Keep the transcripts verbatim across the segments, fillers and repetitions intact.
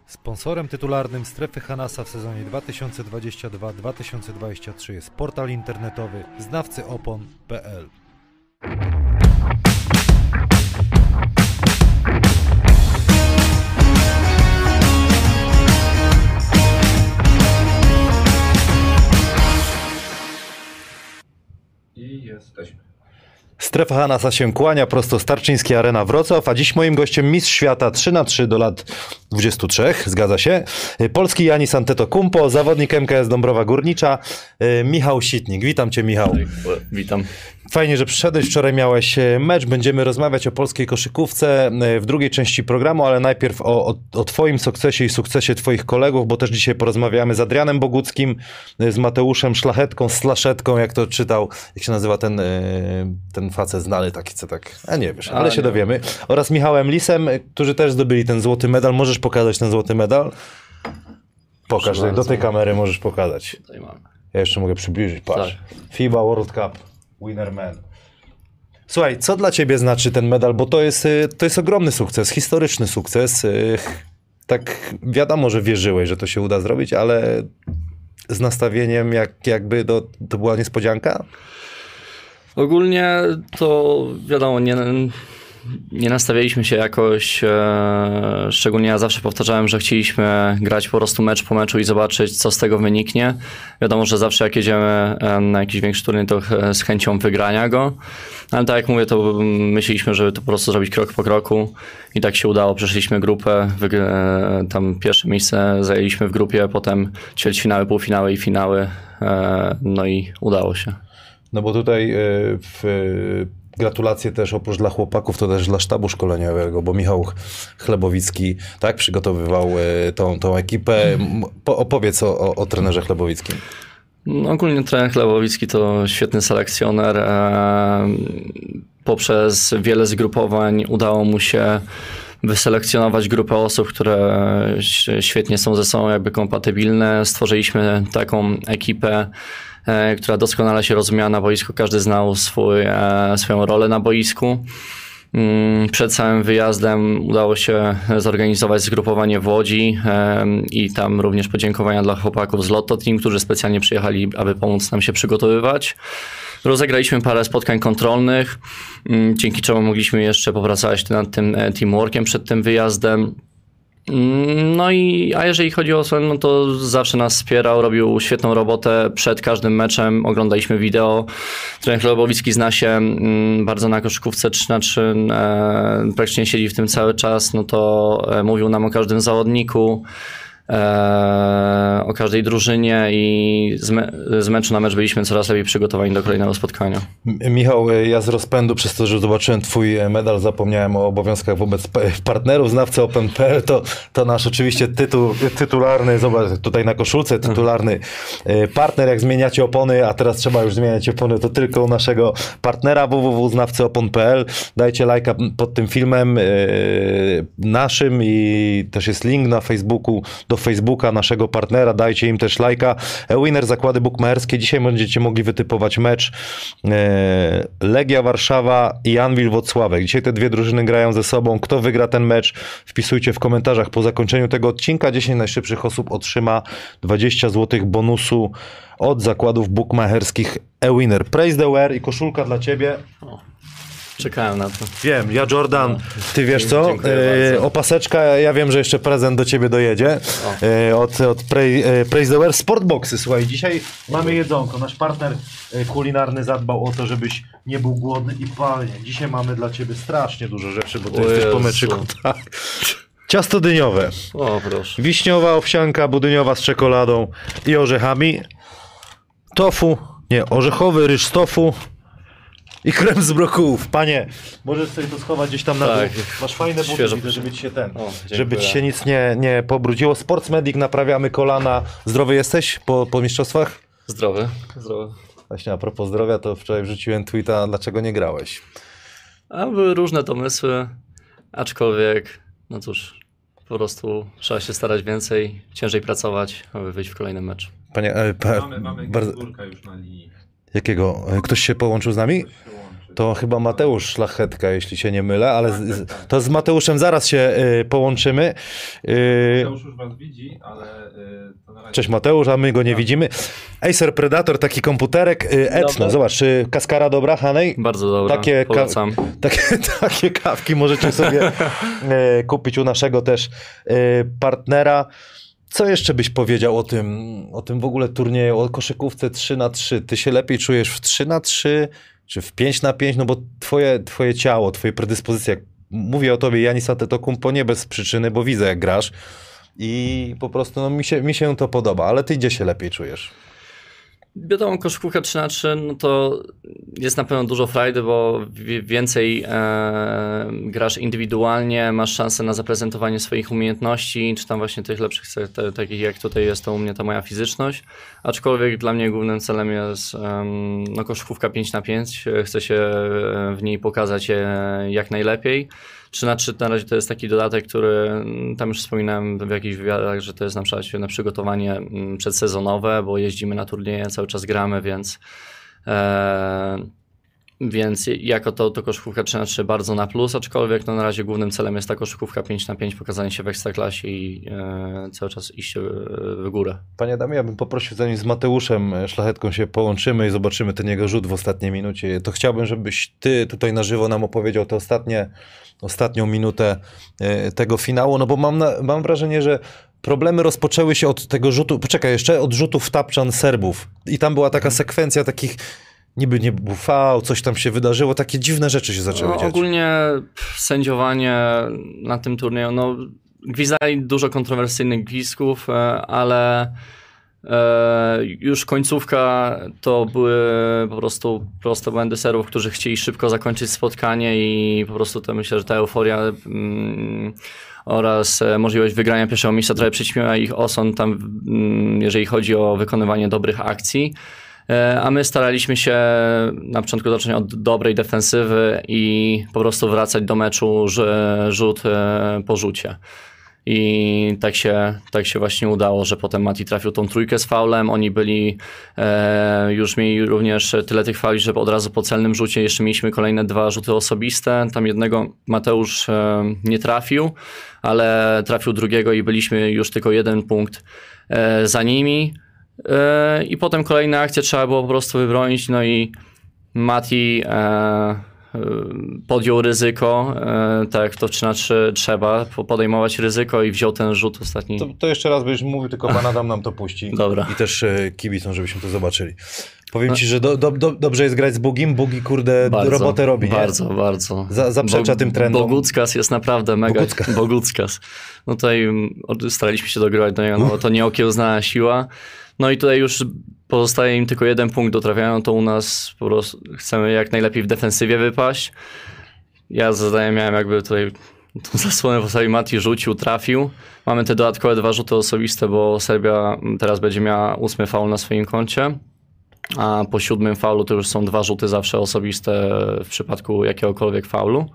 Sponsorem tytularnym Strefy Hanasa w sezonie dwa tysiące dwudziestym drugim dwa tysiące dwudziestym trzecim jest portal internetowy znawcy opon kropka p l. I jesteśmy. Strefa Hanasa się kłania, prosto z Tarczyńskiej Arena Wrocław, a dziś moim gościem mistrz świata trzy na trzy do lat dwudziestu trzech, zgadza się, polski Janis Antetokounmpo, zawodnik M K S Dąbrowa Górnicza, Michał Sitnik. Witam Cię, Michał. Witam. Fajnie, że przyszedłeś, wczoraj miałeś mecz, będziemy rozmawiać o polskiej koszykówce w drugiej części programu, ale najpierw o, o, o Twoim sukcesie i sukcesie Twoich kolegów, bo też dzisiaj porozmawiamy z Adrianem Boguckim, z Mateuszem Szlachetką, Slaszetką, jak to czytał, jak się nazywa ten, ten facet znany taki, co tak, a nie wiesz, ale a, się nie dowiemy, oraz Michałem Lisem, którzy też zdobyli ten złoty medal. Możesz pokazać ten złoty medal? Pokaż, do tej kamery możesz pokazać. Tutaj mamy. Ja jeszcze mogę przybliżyć, patrz. Tak. FIBA World Cup. Winner man. Słuchaj, co dla Ciebie znaczy ten medal? Bo to jest, to jest ogromny sukces, historyczny sukces. Tak wiadomo, że wierzyłeś, że to się uda zrobić, ale z nastawieniem jak, jakby to, to była niespodzianka? Ogólnie to wiadomo, nie, nie nastawialiśmy się jakoś, e, szczególnie ja zawsze powtarzałem, że chcieliśmy grać po prostu mecz po meczu i zobaczyć, co z tego wyniknie. Wiadomo, że zawsze jak jedziemy na jakiś większy turniej, to z chęcią wygrania go, ale tak jak mówię, to myśleliśmy, żeby to po prostu zrobić krok po kroku i tak się udało. Przeszliśmy grupę, tam pierwsze miejsce zajęliśmy w grupie, potem ćwierćfinały, półfinały i finały, e, no i udało się. No bo tutaj w gratulacje też oprócz dla chłopaków, to też dla sztabu szkoleniowego, bo Michał Chlebowicki tak przygotowywał tą, tą ekipę. Po, opowiedz o, o, o trenerze Chlebowickim. No, ogólnie trener Chlebowicki to świetny selekcjoner. Poprzez wiele zgrupowań udało mu się wyselekcjonować grupę osób, które świetnie są ze sobą jakby kompatybilne. Stworzyliśmy taką ekipę, która doskonale się rozumiała na boisku. Każdy znał swój, swoją rolę na boisku. Przed samym wyjazdem udało się zorganizować zgrupowanie w Łodzi i tam również podziękowania dla chłopaków z Lotto Team, którzy specjalnie przyjechali, aby pomóc nam się przygotowywać. Rozegraliśmy parę spotkań kontrolnych, dzięki czemu mogliśmy jeszcze popracować nad tym teamworkiem przed tym wyjazdem. No i, a jeżeli chodzi o Sven, no to zawsze nas wspierał, robił świetną robotę przed każdym meczem, oglądaliśmy wideo. Trener Chlebowicki zna się mm, bardzo na koszykówce trzy na trzy, e, praktycznie siedzi w tym cały czas, no to e, mówił nam o każdym zawodniku, e, o każdej drużynie i z, me, z meczu na mecz byliśmy coraz lepiej przygotowani do kolejnego spotkania. Michał, ja z rozpędu przez to, że zobaczyłem Twój medal, zapomniałem o obowiązkach wobec partnerów, znawcy Open kropka p l, to, to nasz oczywiście tytuł, tytularny, zobacz, tutaj na koszulce tytularny partner, jak zmieniacie opony, a teraz trzeba już zmieniać opony, to tylko u naszego partnera w w w kropka znawcy opon kropka p l. Dajcie lajka pod tym filmem naszym i też jest link na Facebooku, do Facebooka naszego partnera, dajcie im też lajka. Winner Zakłady Bukmacherskie, dzisiaj będziecie mogli wytypować mecz Legia Warszawa i Anwil Włocławek. Dzisiaj te dwie drużyny grają ze sobą. Kto wygra ten mecz? Wpisujcie w komentarzach po zakończeniu tego odcinka. dziesięć najszybszych osób otrzyma dwadzieścia złotych bonusu od zakładów bukmacherskich eWinner. Praise the wear i koszulka dla Ciebie. O, czekałem na to. Wiem, ja Jordan, ty wiesz co? Dziękuję e, opaseczka, ja wiem, że jeszcze prezent do Ciebie dojedzie. E, od od Praise, Praise the wear. Sportboxy, słuchaj, dzisiaj mamy jedzonko. Nasz partner kulinarny zadbał o to, żebyś nie był głodny i palnie. Dzisiaj mamy dla Ciebie strasznie dużo rzeczy, bo ty O jesteś po Jezu. meczyku. Tak. Ciasto dyniowe. O, proszę. Wiśniowa owsianka budyniowa z czekoladą i orzechami. Tofu, nie, orzechowy ryż z tofu i krem z brokułów. Panie, możesz sobie to schować gdzieś tam na Tak. dół. Masz fajne buty, Świeżo. widzę, żeby ci się ten, O, dziękuję. żeby ci się nic nie, nie pobrudziło. Sports Medic, naprawiamy kolana. Zdrowy jesteś po, po mistrzostwach? Zdrowy. Zdrowy. Właśnie a propos zdrowia, to wczoraj wrzuciłem tweeta, dlaczego nie grałeś. A były różne domysły, aczkolwiek, no cóż, po prostu trzeba się starać więcej, ciężej pracować, aby wyjść w kolejny mecz. Panie, e, pa, Mamy, mamy bardzo, Górka już na linii. jakiego? Ktoś się połączył z nami? Ktoś się łączy. To chyba Mateusz Szlachetka, jeśli się nie mylę, ale z, z, to z Mateuszem zaraz się y, połączymy. Y, Mateusz już was widzi, ale y, to na razie... Cześć Mateusz, a my go nie widzimy. Acer Predator, taki komputerek, y, Etno, Dobra. zobacz, y, kaskara dobra, Hanej? Bardzo dobra, Takie, ka- polecam. takie, takie kawki możecie sobie y, kupić u naszego też y, partnera. Co jeszcze byś powiedział o tym, o tym w ogóle turnieju, o koszykówce trzy na trzy? Ty się lepiej czujesz w trzy na trzy czy w pięć na pięć? No bo twoje, twoje ciało, twoje predyspozycje, jak mówię o tobie, Janis Antetokounmpo, nie bez przyczyny, bo widzę jak grasz i po prostu no, mi, się, mi się to podoba, ale ty gdzie się lepiej czujesz? Wiadomo, koszykówka trzy na trzy, no to jest na pewno dużo frajdy, bo wie- więcej e, grasz indywidualnie, masz szansę na zaprezentowanie swoich umiejętności, czy tam właśnie tych lepszych, te, takich jak tutaj jest to u mnie ta moja fizyczność. Aczkolwiek dla mnie głównym celem jest em, no, koszykówka pięć na pięć, chcę się w niej pokazać e, jak najlepiej. trzy na trzy na razie to jest taki dodatek, który tam już wspominałem w jakichś wywiadach, że to jest na przykład świetne przygotowanie przedsezonowe, bo jeździmy na turnieje, cały czas gramy, więc e, więc jako to, to koszykówka trzy na trzy bardzo na plus, aczkolwiek no na razie głównym celem jest ta koszykówka pięć na pięć, pokazanie się w Ekstraklasie i e, cały czas iść w górę. Panie Adamie, ja bym poprosił, zanim z Mateuszem Szlachetką się połączymy i zobaczymy ten jego rzut w ostatniej minucie, to chciałbym, żebyś ty tutaj na żywo nam opowiedział te ostatnie, ostatnią minutę e, tego finału, no bo mam, na, mam wrażenie, że problemy rozpoczęły się od tego rzutu, poczekaj jeszcze, od rzutów w tapczan Serbów i tam była taka sekwencja takich, niby nie był faul, coś tam się wydarzyło, takie dziwne rzeczy się zaczęły No, dziać. ogólnie pff, sędziowanie na tym turnieju, no gwizdali dużo kontrowersyjnych gwizdków, e, ale e, już końcówka to były po prostu proste błędy Serbów, którzy chcieli szybko zakończyć spotkanie i po prostu to myślę, że ta euforia mm, oraz e, możliwość wygrania pierwszego miejsca trochę przyćmiła ich osąd tam, mm, jeżeli chodzi o wykonywanie dobrych akcji. A my staraliśmy się na początku zacząć od dobrej defensywy i po prostu wracać do meczu, że rzut po rzucie. I tak się, tak się właśnie udało, że potem Mati trafił tą trójkę z faulem. Oni byli, e, już mieli również tyle tych fauli, że od razu po celnym rzucie jeszcze mieliśmy kolejne dwa rzuty osobiste. Tam jednego Mateusz e, nie trafił, ale trafił drugiego i byliśmy już tylko jeden punkt e, za nimi. I potem kolejne akcje trzeba było po prostu wybronić, no i Mati e, podjął ryzyko, e, tak jak to w trzy na trzy trzeba podejmować ryzyko i wziął ten rzut ostatni. To, to jeszcze raz będziesz mówił, tylko pan Adam nam to puści. Dobra. I też e, kibicom, żebyśmy to zobaczyli. Powiem ci, że do, do, do, dobrze jest grać z Bugim. Bugi, kurde, Bardzo, robotę robi, nie? Bardzo, bardzo. Za, zaprzecza Bo, tym trendom. Boguckas jest naprawdę mega. Boguckas. Boguckas. No tutaj staraliśmy się dogrywać do niego, no bo to nieokiełznana siła. No i tutaj już pozostaje im tylko jeden punkt do trafiania, to u nas po prostu chcemy jak najlepiej w defensywie wypaść. Ja zadaniem miałem jakby tutaj tą zasłonę w postaci Mati rzucił, trafił. Mamy te dodatkowe dwa rzuty osobiste, bo Serbia teraz będzie miała ósmy faul na swoim koncie, a po siódmym faulu to już są dwa rzuty zawsze osobiste w przypadku jakiegokolwiek faulu.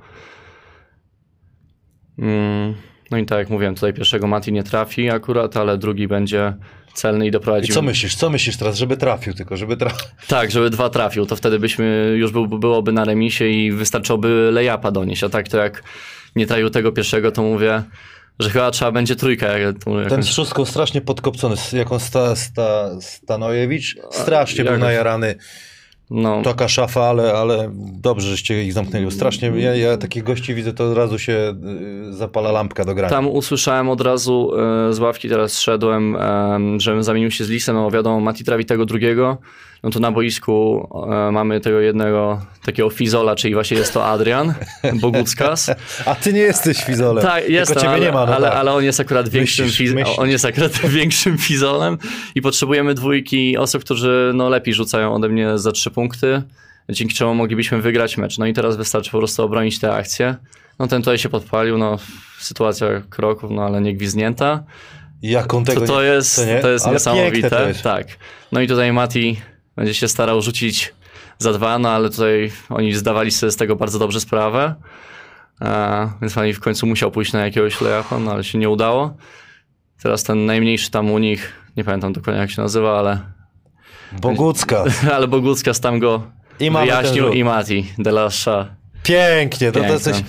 No i tak jak mówiłem, tutaj pierwszego Mati nie trafi akurat, ale drugi będzie celny i doprowadził. I co myślisz? Co myślisz teraz? Żeby trafił tylko, żeby trafił. Tak, żeby dwa trafił, to wtedy byśmy, już był, byłoby na remisie i wystarczyłoby lay-upa donieść, a tak to jak nie trafił tego pierwszego, to mówię, że chyba trzeba będzie trójkę. Jak, Ten jakąś... z szóstką strasznie podkopcony, jak on sta, sta, Stanojewicz, strasznie jak- był najarany. No, Taka szafa, ale, ale dobrze, żeście ich zamknęli. Bo strasznie, ja, ja takich gości widzę, to od razu się y, zapala lampka do grania. tam usłyszałem od razu e, z ławki, teraz szedłem, e, żebym zamienił się z Lisem, no wiadomo, Mati trafi tego drugiego, no to na boisku e, mamy tego jednego takiego fizola, czyli właśnie jest to Adrian Boguckas. A ty nie jesteś fizolem. Tak, jest, tylko ciebie ale, nie ma. No ale, tak. ale on jest akurat większym, Myślisz, fiz- myślisz. on jest akurat większym fizolem i potrzebujemy dwójki osób, którzy no, lepiej rzucają ode mnie za trzy punkty, dzięki czemu moglibyśmy wygrać mecz. No i teraz wystarczy po prostu obronić te akcje. No ten tutaj się podpalił, no sytuacja kroków, no ale nie gwizdnięta. Jak on tego To, to nie... jest, co nie? to jest Ale niesamowite. piękne to jest. Tak. No i tutaj Mati będzie się starał rzucić za dwa, no ale tutaj oni zdawali sobie z tego bardzo dobrze sprawę. A, więc Mati w końcu musiał pójść na jakiegoś lay-upa, no ale się nie udało. Teraz ten najmniejszy tam u nich, nie pamiętam dokładnie jak się nazywa, ale, Bogucka. ale Boguckas tam go I mamy ten wyjaśnił rzut. i Mati de la Sza. Pięknie, to, to Piękne. coś...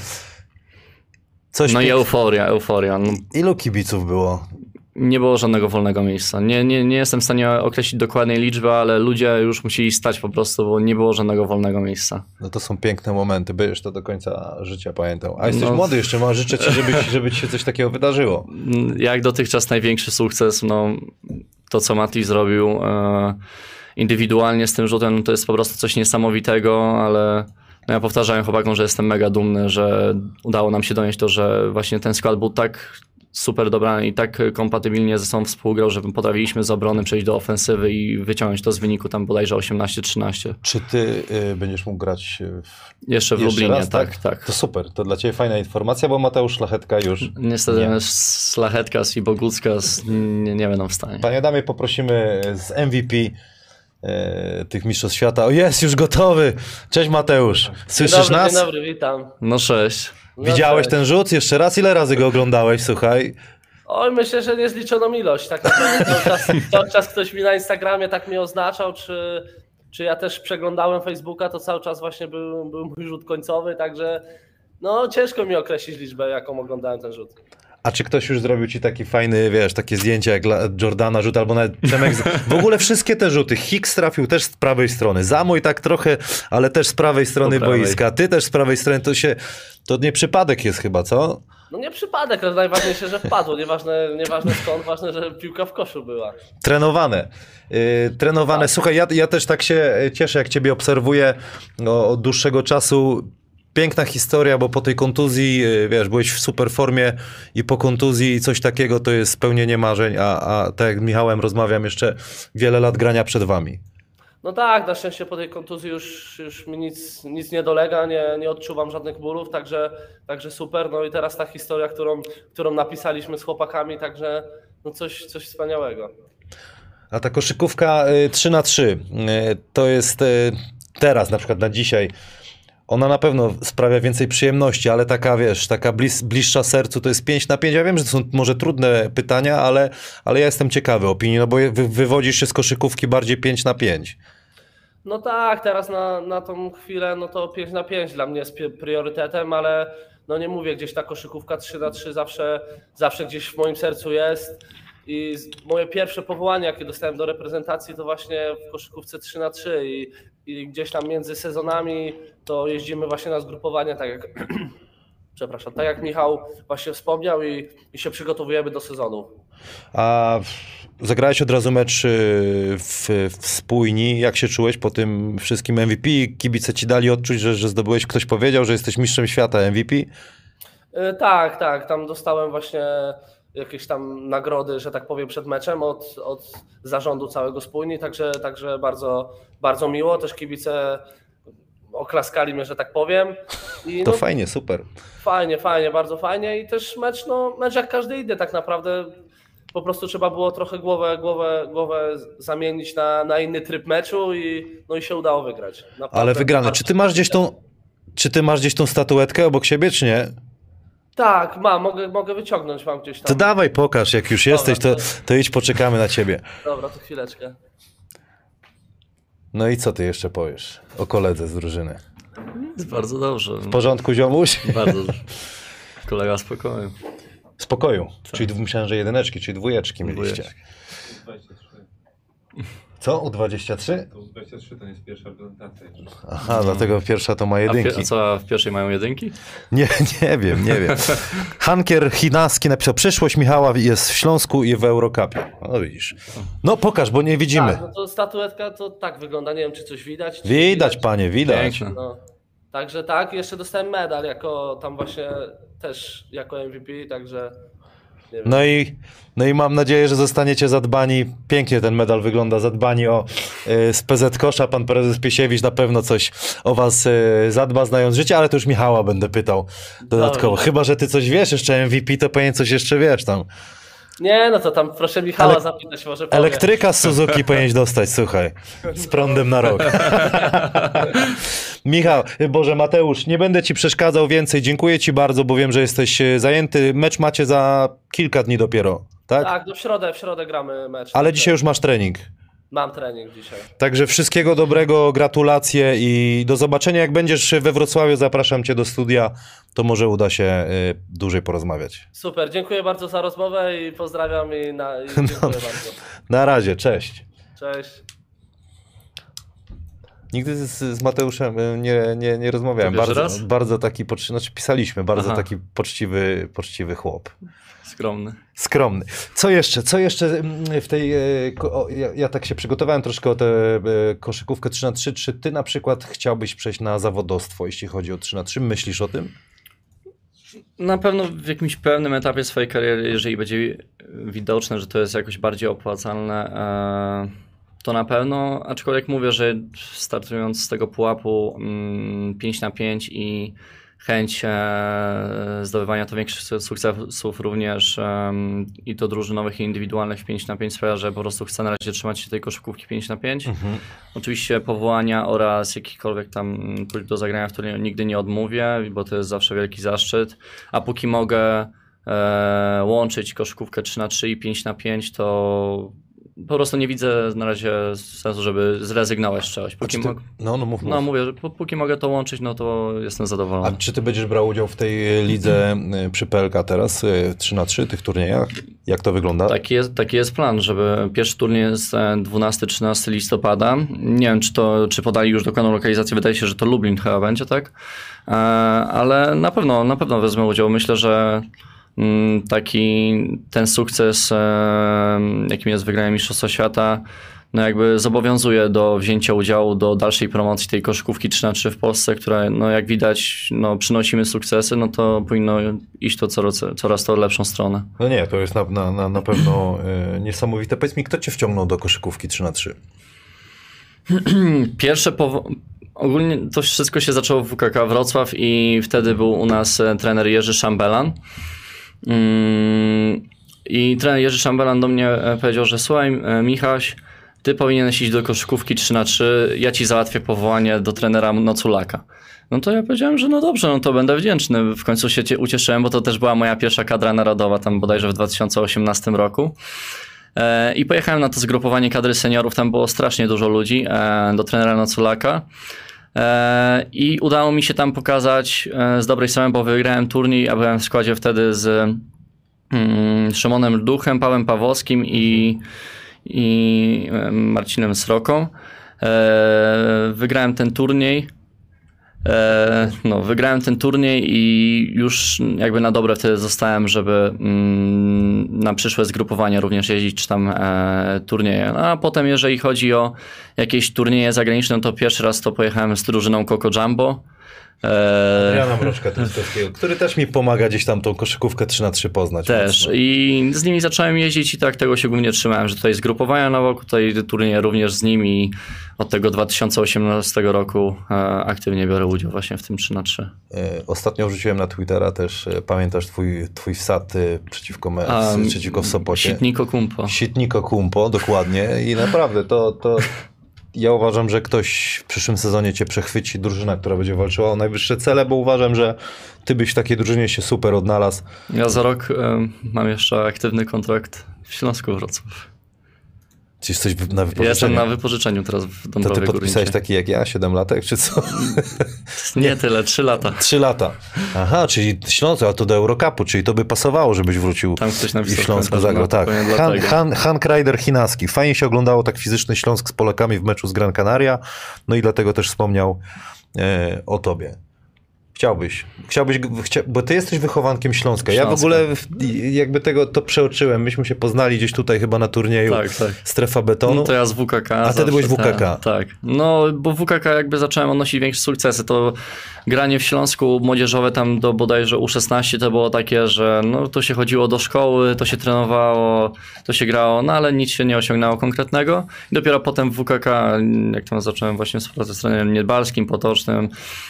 coś No i pięk- euforia, euforia. No, Ilu kibiców było? nie było żadnego wolnego miejsca. Nie, nie, nie jestem w stanie określić dokładnej liczby, ale ludzie już musieli stać po prostu, bo nie było żadnego wolnego miejsca. No to są piękne momenty, będziesz to do końca życia pamiętał. A jesteś No. młody jeszcze, ma życzę ci, żeby, ci- żeby ci się coś takiego wydarzyło. Jak dotychczas największy sukces, no to co Mati zrobił e, indywidualnie z tym rzutem, to jest po prostu coś niesamowitego, ale no ja powtarzałem chłopakom, że jestem mega dumny, że udało nam się donieść to, że właśnie ten skład był tak super dobrany i tak kompatybilnie ze sobą współgrał, że potrafiliśmy z obrony przejść do ofensywy i wyciągnąć to z wyniku tam bodajże osiemnaście trzynaście. Czy ty y, będziesz mógł grać w... Jeszcze w jeszcze Lublinie, raz, tak, tak. To super, to dla ciebie fajna informacja, bo Mateusz Szlachetka już... Niestety Nie. Szlachetkas i Boguckas nie, nie będą w stanie. Panie Adamie, poprosimy z M V P e, tych mistrzostw świata. O, jest już gotowy! Cześć Mateusz, słyszysz Dzień dobry, nas? Dzień dobry, witam. No sześć. No Widziałeś cześć. ten rzut? Jeszcze raz? Ile razy go oglądałeś, słuchaj? Oj, myślę, że niezliczoną ilość. Tak naprawdę cały czas, cały czas ktoś mi na Instagramie tak mnie oznaczał, czy, czy ja też przeglądałem Facebooka, to cały czas właśnie był, był mój rzut końcowy, także no ciężko mi określić liczbę, jaką oglądałem ten rzut. A czy ktoś już zrobił ci taki fajny, wiesz, takie zdjęcie jak dla Jordana rzut, albo nawet Przemek... z- W ogóle wszystkie te rzuty. Hicks trafił też z prawej strony. Zamój tak trochę, ale też z prawej strony Po prawej. boiska. Ty też z prawej strony. To się... To nie przypadek jest chyba, co? No nie przypadek, ale najważniejsze, że wpadło. Nieważne, nieważne skąd, ważne, że piłka w koszu była. Trenowane. Yy, trenowane. Słuchaj, ja, ja też tak się cieszę, jak ciebie obserwuję no, od dłuższego czasu. Piękna historia, bo po tej kontuzji, yy, wiesz, byłeś w super formie i po kontuzji coś takiego to jest spełnienie marzeń, a, a tak jak z Michałem rozmawiam, jeszcze wiele lat grania przed wami. No tak, na szczęście po tej kontuzji już, już mi nic, nic nie dolega, nie, nie odczuwam żadnych bólów, także, także super. No i teraz ta historia, którą, którą napisaliśmy z chłopakami, także no coś, coś wspaniałego. A ta koszykówka y, trzy na trzy y, to jest y, teraz, na przykład na dzisiaj, ona na pewno sprawia więcej przyjemności, ale taka, wiesz, taka blis, bliższa sercu to jest pięć na pięć. Ja wiem, że to są może trudne pytania, ale, ale ja jestem ciekawy opinii, no bo wy, wywodzisz się z koszykówki bardziej pięć na pięć. No tak, teraz na, na tą chwilę no to pięć na pięć dla mnie jest pi- priorytetem, ale no nie mówię, gdzieś ta koszykówka trzy na trzy zawsze, zawsze gdzieś w moim sercu jest. I z- moje pierwsze powołanie, jakie dostałem do reprezentacji, to właśnie w koszykówce trzy na trzy i, i gdzieś tam między sezonami to jeździmy właśnie na zgrupowania, tak jak przepraszam, tak jak Michał właśnie wspomniał i, i się przygotowujemy do sezonu. A w- zagrałeś od razu mecz y, w, w spójni. Jak się czułeś po tym wszystkim M V P? Kibice ci dali odczuć, że, że zdobyłeś, ktoś powiedział, że jesteś mistrzem świata M V P? E, Tak, tak, tam dostałem właśnie jakieś tam nagrody, że tak powiem, przed meczem od, od zarządu całego spójni, także, także bardzo, bardzo miło, też kibice oklaskali mnie, że tak powiem. I To no, fajnie, super. fajnie, fajnie, bardzo fajnie i też mecz, no mecz jak każdy inny tak naprawdę, po prostu trzeba było trochę głowę, głowę, głowę zamienić na, na inny tryb meczu i, no i się udało wygrać. Naprawdę Ale wygrane. bardzo- Czy ty masz gdzieś tą, czy ty masz gdzieś tą statuetkę obok siebie, czy nie? Tak, mam, mogę, mogę wyciągnąć, mam gdzieś tam. To dawaj, pokaż, jak już jesteś, to, to idź, poczekamy na ciebie. Dobra, to chwileczkę. No i co ty jeszcze powiesz o koledze z drużyny? Jest bardzo dobrze. W porządku, ziomuś? Bardzo dobrze. Kolega spokojny. W spokoju. Czyli myślałem, że jedyneczki, czyli dwójeczki mieliście. Dwójeczki. dwadzieścia trzy. Co? U dwadzieścia trzy? To U dwadzieścia trzy to nie jest pierwsza reprezentacja. Aha, dlatego pierwsza to ma A, w jedynki. pie- a co, a w pierwszej mają jedynki? Nie, nie wiem, nie wiem. Hankier Chinaski napisał, przyszłość Michała jest w Śląsku i w Eurocupie. No widzisz. No pokaż, bo nie widzimy. Tak, no to statuetka to tak wygląda, nie wiem czy coś widać. Czy Widać, panie, widać. Piękne. No. Także tak, jeszcze dostałem medal jako tam właśnie też jako M V P, także nie wiem. No i, no i mam nadzieję, że zostaniecie zadbani. Pięknie ten medal wygląda, zadbani o y, z P Z Kosza. Pan prezes Piesiewicz na pewno coś o was y, zadba, znając życie, ale to już Michała będę pytał dodatkowo. Dobrze. Chyba że ty coś wiesz, jeszcze M V P, to pewnie coś jeszcze wiesz tam. Nie, no to tam proszę Michała Ale- zapytać, może powie. Elektryka z Suzuki powinieneś dostać, słuchaj. Z prądem na rok. Michał, Boże, Mateusz, nie będę ci przeszkadzał więcej. Dziękuję ci bardzo, bo wiem, że jesteś e, zajęty. Mecz macie za kilka dni dopiero, tak? Tak, no w środę, w środę gramy mecz. Ale także- dzisiaj już masz trening. mam trening dzisiaj. Także wszystkiego dobrego, gratulacje i do zobaczenia. Jak będziesz we Wrocławiu, zapraszam cię do studia, to może uda się y, dłużej porozmawiać. Super, dziękuję bardzo za rozmowę i pozdrawiam i, na, i dziękuję No, bardzo. na razie, cześć. Cześć. Nigdy z, z Mateuszem y, nie, nie, nie rozmawiałem. To pierwszy Bardzo, raz? bardzo taki, poczci- znaczy pisaliśmy, bardzo Aha. taki poczciwy, poczciwy chłop. Skromny. Skromny. Co jeszcze? Co jeszcze mm, w tej... e, ko- o, ja, ja tak się przygotowałem troszkę o tę e, koszykówkę trzy na trzy. Czy ty na przykład chciałbyś przejść na zawodowstwo, jeśli chodzi o trzy na trzy? Myślisz o tym? Na pewno w jakimś pewnym etapie swojej kariery, jeżeli będzie widoczne, że to jest jakoś bardziej opłacalne, e, to na pewno, aczkolwiek mówię, że startując z tego pułapu mm, pięć na pięć i chęć e, zdobywania to większych sukcesów również e, i to drużynowych i indywidualnych w pięć na pięć sprawia, że po prostu chcę na razie trzymać się tej koszykówki pięć na pięć. Mhm. Oczywiście powołania oraz jakikolwiek tam próśb do zagrania w turnieju nigdy nie odmówię, bo to jest zawsze wielki zaszczyt, a póki mogę e, łączyć koszykówkę trzy na trzy i pięć na pięć, to po prostu nie widzę na razie sensu, żeby zrezygnować z czegoś. A Póki czy ty, mo- no, no mów, mów. no mówię, że pó- póki mogę to łączyć, no to jestem A zadowolony. czy ty będziesz brał udział w tej lidze e, przy P L K teraz, e, trzy na trzy, tych turniejach? Jak to wygląda? Taki jest, taki jest plan, żeby pierwszy turniej jest dwunastego trzynastego listopada. Nie wiem, czy, to, czy podali już dokładną lokalizację. Wydaje się, że to Lublin chyba będzie, tak? E, ale na pewno, na pewno wezmę udział. Myślę, że mm, taki ten sukces, e, jakim jest wygranie Mistrzostwa Świata, no jakby zobowiązuje do wzięcia udziału do dalszej promocji tej koszykówki trzy na trzy w Polsce, która no jak widać no przynosimy sukcesy, no to powinno iść to coraz, coraz to lepszą stronę. No nie, to jest na, na, na, na pewno e, niesamowite. Powiedz mi, kto cię wciągnął do koszykówki trzy na trzy? Pierwsze powo- ogólnie to wszystko się zaczęło w W K K Wrocław i wtedy był u nas e, trener Jerzy Szambelan. Mm, I trener Jerzy Szambelan do mnie e, powiedział, że słuchaj e, Michaś, ty powinieneś iść do koszykówki trzy na trzy, ja ci załatwię powołanie do trenera Noculaka. No to ja powiedziałem, że no dobrze, no to będę wdzięczny. W końcu się cie- ucieszyłem, bo to też była moja pierwsza kadra narodowa, tam bodajże w dwa tysiące osiemnastym roku. E, I pojechałem na to zgrupowanie kadry seniorów, tam było strasznie dużo ludzi, e, do trenera Noculaka. E, I udało mi się tam pokazać e, z dobrej strony, bo wygrałem turniej, a byłem w składzie wtedy z mm, Szymonem Duchem, Pawłem Pawłowskim i, i e, Marcinem Sroką. E, wygrałem ten turniej. E, no, wygrałem ten turniej i już jakby na dobre wtedy zostałem, żeby mm, na przyszłe zgrupowania również jeździć, czy tam e, turnieje. No, a potem jeżeli chodzi o jakieś turnieje zagraniczne, to pierwszy raz to pojechałem z drużyną Coco Jumbo. E, Jana Mroczka Truskowskiego, który też mi pomaga gdzieś tam tą koszykówkę trzy na trzy poznać. Też mocno. i z nimi zacząłem jeździć i tak tego się głównie trzymałem, że tutaj zgrupowania na boku, tutaj turnieje również z nimi. Od tego dwa tysiące osiemnastego roku e, aktywnie biorę udział właśnie w tym trzy na trzy. E, Ostatnio wrzuciłem na Twittera też, e, pamiętasz twój, twój wsad e, przeciwko, me, A, przeciwko w Sopocie? Sitniko Kumpo. Sitniko Kumpo, dokładnie. I naprawdę to, to ja uważam, że ktoś w przyszłym sezonie cię przechwyci, drużyna, która będzie walczyła o najwyższe cele, bo uważam, że ty byś w takiej drużynie się super odnalazł. Ja za rok e, mam jeszcze aktywny kontrakt w Śląsku Wrocław. Czy jesteś wy- na Ja wypożyczeniu? jestem na wypożyczeniu teraz w To Dąbrowie ty podpisałeś Górniczej. taki jak ja, siedem latek, czy co? Nie tyle, trzy lata. Trzy lata. Aha, czyli Śląsk, a to do Eurocupu, czyli to by pasowało, żebyś wrócił Tam ktoś i w napisał Śląsku komentarz, zagrał. no, Tak. pewnie Han, dlatego. Han, Hank Ryder Chinaski. Fajnie się oglądało tak fizyczny Śląsk z Polakami w meczu z Gran Canaria, no i dlatego też wspomniał e, o tobie. Chciałbyś, chciałbyś, chcia, bo ty jesteś wychowankiem Śląska. Ja w Śląska. ogóle w- jakby tego to przeoczyłem. Myśmy się poznali gdzieś tutaj chyba na turnieju Tak, tak. Strefa Betonu. No to ja z W K K. A wtedy zawsze, byłeś w W K K. Tak, tak. No bo w W K K jakby zacząłem odnosić większe sukcesy. To granie w Śląsku młodzieżowe tam do bodajże U szesnaście to było takie, że no to się chodziło do szkoły, to się trenowało, to się grało, no ale nic się nie osiągnęło konkretnego. I dopiero potem w W K K, jak tam zacząłem właśnie współpracę z trenerem Niedbalskim, Potocznym,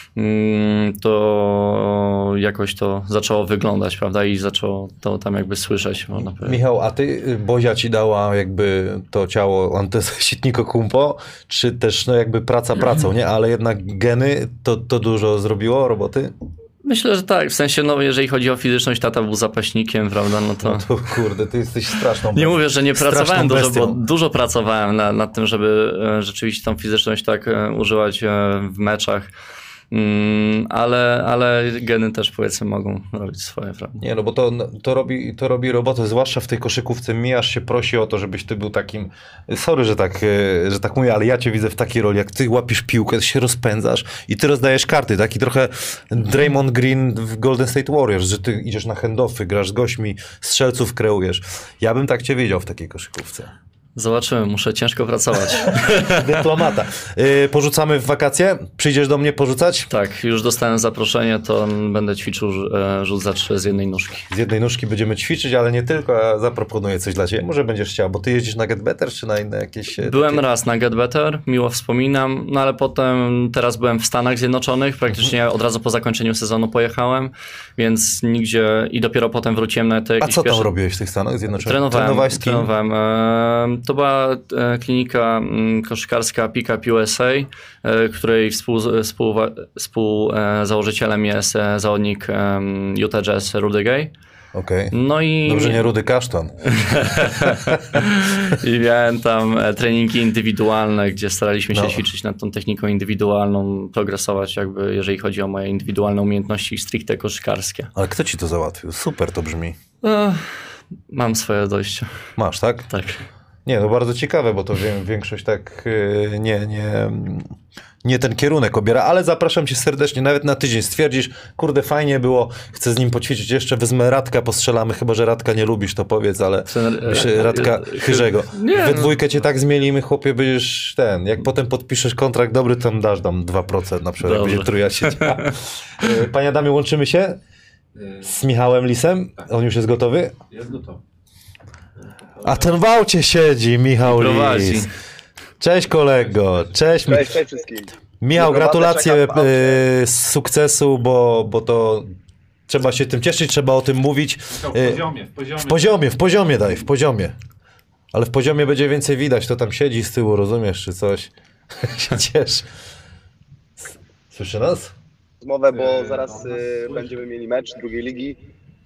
mm, to jakoś to zaczęło wyglądać, prawda? I zaczęło to tam jakby słyszeć, można powiedzieć. Michał, a ty, Bozia ci dała jakby to ciało Sitniko Kumpo, czy też no jakby praca pracą, nie? Ale jednak geny to, to dużo zrobiło roboty? Myślę, że tak. W sensie, no jeżeli chodzi o fizyczność, tata był zapaśnikiem, prawda, no to... No to kurde, ty jesteś straszną Nie bestią. mówię, że nie Straszną pracowałem dużo, bo bestią. dużo pracowałem na, nad tym, żeby e, rzeczywiście tą fizyczność tak e, używać e, w meczach. Mm, ale, ale geny też powiedzmy mogą robić swoje, prawda? Nie, no bo to, to, robi, to robi robotę, zwłaszcza w tej koszykówce. Mijasz się prosi o to, żebyś ty był takim, sorry, że tak, e, że tak mówię, ale ja cię widzę w takiej roli, jak ty łapisz piłkę, ty się rozpędzasz i ty rozdajesz karty, taki trochę Draymond Green w Golden State Warriors, że ty idziesz na handoffy, grasz z gośćmi, strzelców kreujesz. Ja bym tak cię widział w takiej koszykówce. Zobaczymy, muszę ciężko pracować. Dyplomata. E, porzucamy w wakacje? Przyjdziesz do mnie porzucać? Tak, już dostałem zaproszenie, to będę ćwiczył e, rzut za trzy z jednej nóżki. Z jednej nóżki będziemy ćwiczyć, ale nie tylko, a zaproponuję coś dla ciebie. Może będziesz chciał, bo ty jeździsz na Get Better, czy na inne jakieś... e, Byłem takie... raz na Get Better, miło wspominam, no ale potem teraz byłem w Stanach Zjednoczonych, praktycznie od razu po zakończeniu sezonu pojechałem, więc nigdzie i dopiero potem wróciłem na te A jakieś co tam pierwsze... robiłeś w tych Stanach Zjednoczonych? Trenowałem, Trenowałeś z kim? trenowałem. E, To była e, klinika m, koszykarska Pick Up U S A, e, której współ, współ, współzałożycielem jest e, zawodnik e, Utah Jazz Rudy Gay. Okej. No i, Dobrze, nie Rudy Kasztan. i miałem tam e, treningi indywidualne, gdzie staraliśmy się No. ćwiczyć nad tą techniką indywidualną, progresować jakby, jeżeli chodzi o moje indywidualne umiejętności stricte koszykarskie. Ale kto ci to załatwił? Super to brzmi. E, Mam swoje dojście. Masz, tak? Tak. Nie, no bardzo ciekawe, bo to wie, większość tak yy, nie, nie, nie ten kierunek obiera, ale zapraszam cię serdecznie, nawet na tydzień. Stwierdzisz, kurde, fajnie było, chcę z nim poćwiczyć jeszcze, wezmę Radka, postrzelamy, chyba że Radka nie lubisz, to powiedz, ale Trener- przy Radka e, e, Chyrzego. nie, We no. dwójkę cię tak zmielimy, chłopie, będziesz ten, jak potem podpiszesz kontrakt dobry, to tam dasz tam dwa procent na przykład, jak Dobrze. będzie trójka się działa. Yy, Panie Adamie, łączymy się Yy, z Michałem Lisem, on już jest gotowy? Jest gotowy. A ten w aucie siedzi, Michał Prowadzi. Lis. Cześć kolego, cześć. Mi- Cześć, cześć wszystkim. Michał, Prowadzę, gratulacje czekam w aucie. e, z sukcesu, bo, bo to trzeba się tym cieszyć, trzeba o tym mówić. W E, poziomie, w poziomie. W poziomie, w poziomie daj, w poziomie. Ale w poziomie będzie więcej widać, to tam siedzi z tyłu, rozumiesz, czy coś. się ciesz. Słyszy nas? Rozmowę, bo Eee, zaraz no, y, no, będziemy mieli mecz drugiej ligi.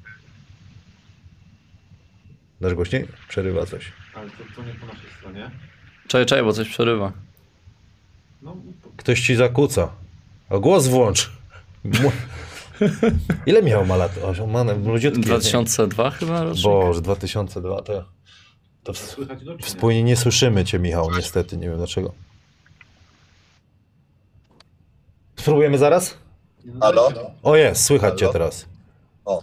Dasz głośniej? Przerywa coś. Ale to, to nie po naszej stronie. Czekaj, czekaj, bo coś przerywa. No, Ktoś ci zakłóca. A głos włącz. Mu- Ile Michał ma lat? O, on ma młodziutki. dwa jest, nie? tysiące dwa chyba rocznik? Boże, dwa tysiące dwa to... To w, słychać go, czy nie? wspólnie nie słyszymy cię, Michał, niestety, nie wiem dlaczego. Spróbujemy zaraz? Nie, no, Halo? dajcie. O jest, słychać cię Halo? teraz. O.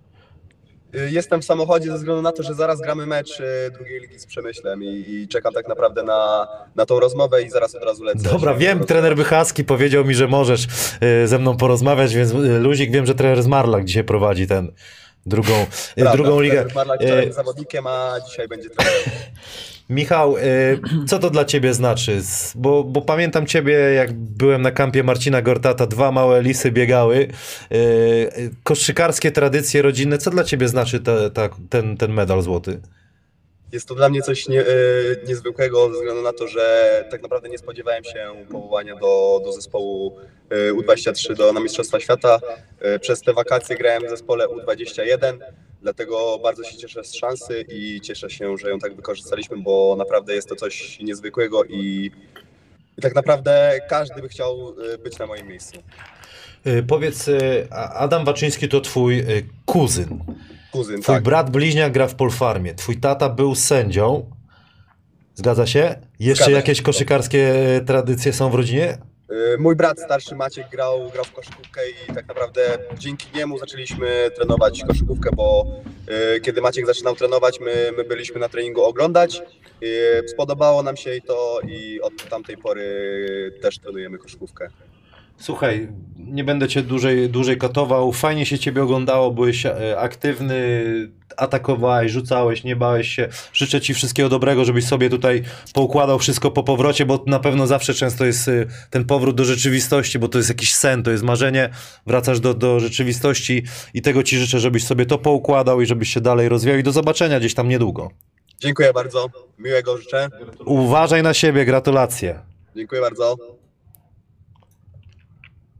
Y, Jestem w samochodzie ze względu na to, że zaraz gramy mecz y, drugiej ligi z Przemyślem i, i czekam tak naprawdę na, na tą rozmowę i zaraz od razu lecę. Dobra, się wiem, rozmawiać. trener Bychaski powiedział mi, że możesz y, ze mną porozmawiać, więc y, luzik, wiem, że trener Zmarlak dzisiaj prowadzi ten drugą, y, Prawda, drugą ligę. trener Marlak wczoraj Y, był zawodnikiem, a dzisiaj będzie trenerem. Michał, y, co to dla ciebie znaczy? Z- Bo, bo pamiętam ciebie, jak byłem na kampie Marcina Gortata, dwa małe lisy biegały. Y, y, koszykarskie tradycje rodzinne, co dla ciebie znaczy ta, ta, ten, ten medal złoty? Jest to dla mnie coś nie, y, niezwykłego ze względu na to, że tak naprawdę nie spodziewałem się powołania do, do zespołu y, U dwadzieścia trzy do, na Mistrzostwa Świata. Y, Przez te wakacje grałem w zespole U dwadzieścia jeden, dlatego bardzo się cieszę z szansy i cieszę się, że ją tak wykorzystaliśmy, bo naprawdę jest to coś niezwykłego i, i tak naprawdę każdy by chciał y, być na moim miejscu. Y, powiedz, y, A- Adam Waczyński to twój y, kuzyn. Kuzyn, Twój tak. brat bliźniak gra w Polfarmie. Twój tata był sędzią. Zgadza się? Jeszcze Zgadza się. jakieś koszykarskie tradycje są w rodzinie? Y, Mój brat starszy Maciek grał, grał w koszykówkę i tak naprawdę dzięki niemu zaczęliśmy trenować koszykówkę, bo y, kiedy Maciek zaczynał trenować, my, my byliśmy na treningu oglądać. Y, spodobało nam się i to i od tamtej pory też trenujemy koszykówkę. Słuchaj, nie będę cię dłużej, dłużej katował. Fajnie się ciebie oglądało, byłeś e, aktywny, atakowałeś, rzucałeś, nie bałeś się. Życzę ci wszystkiego dobrego, żebyś sobie tutaj poukładał wszystko po powrocie, bo na pewno zawsze często jest e, ten powrót do rzeczywistości, bo to jest jakiś sen, to jest marzenie. Wracasz do, do rzeczywistości i tego ci życzę, żebyś sobie to poukładał i żebyś się dalej rozwijał i do zobaczenia gdzieś tam niedługo. Dziękuję bardzo, miłego życzę. Gratuluję. Uważaj na siebie, gratulacje. Dziękuję bardzo.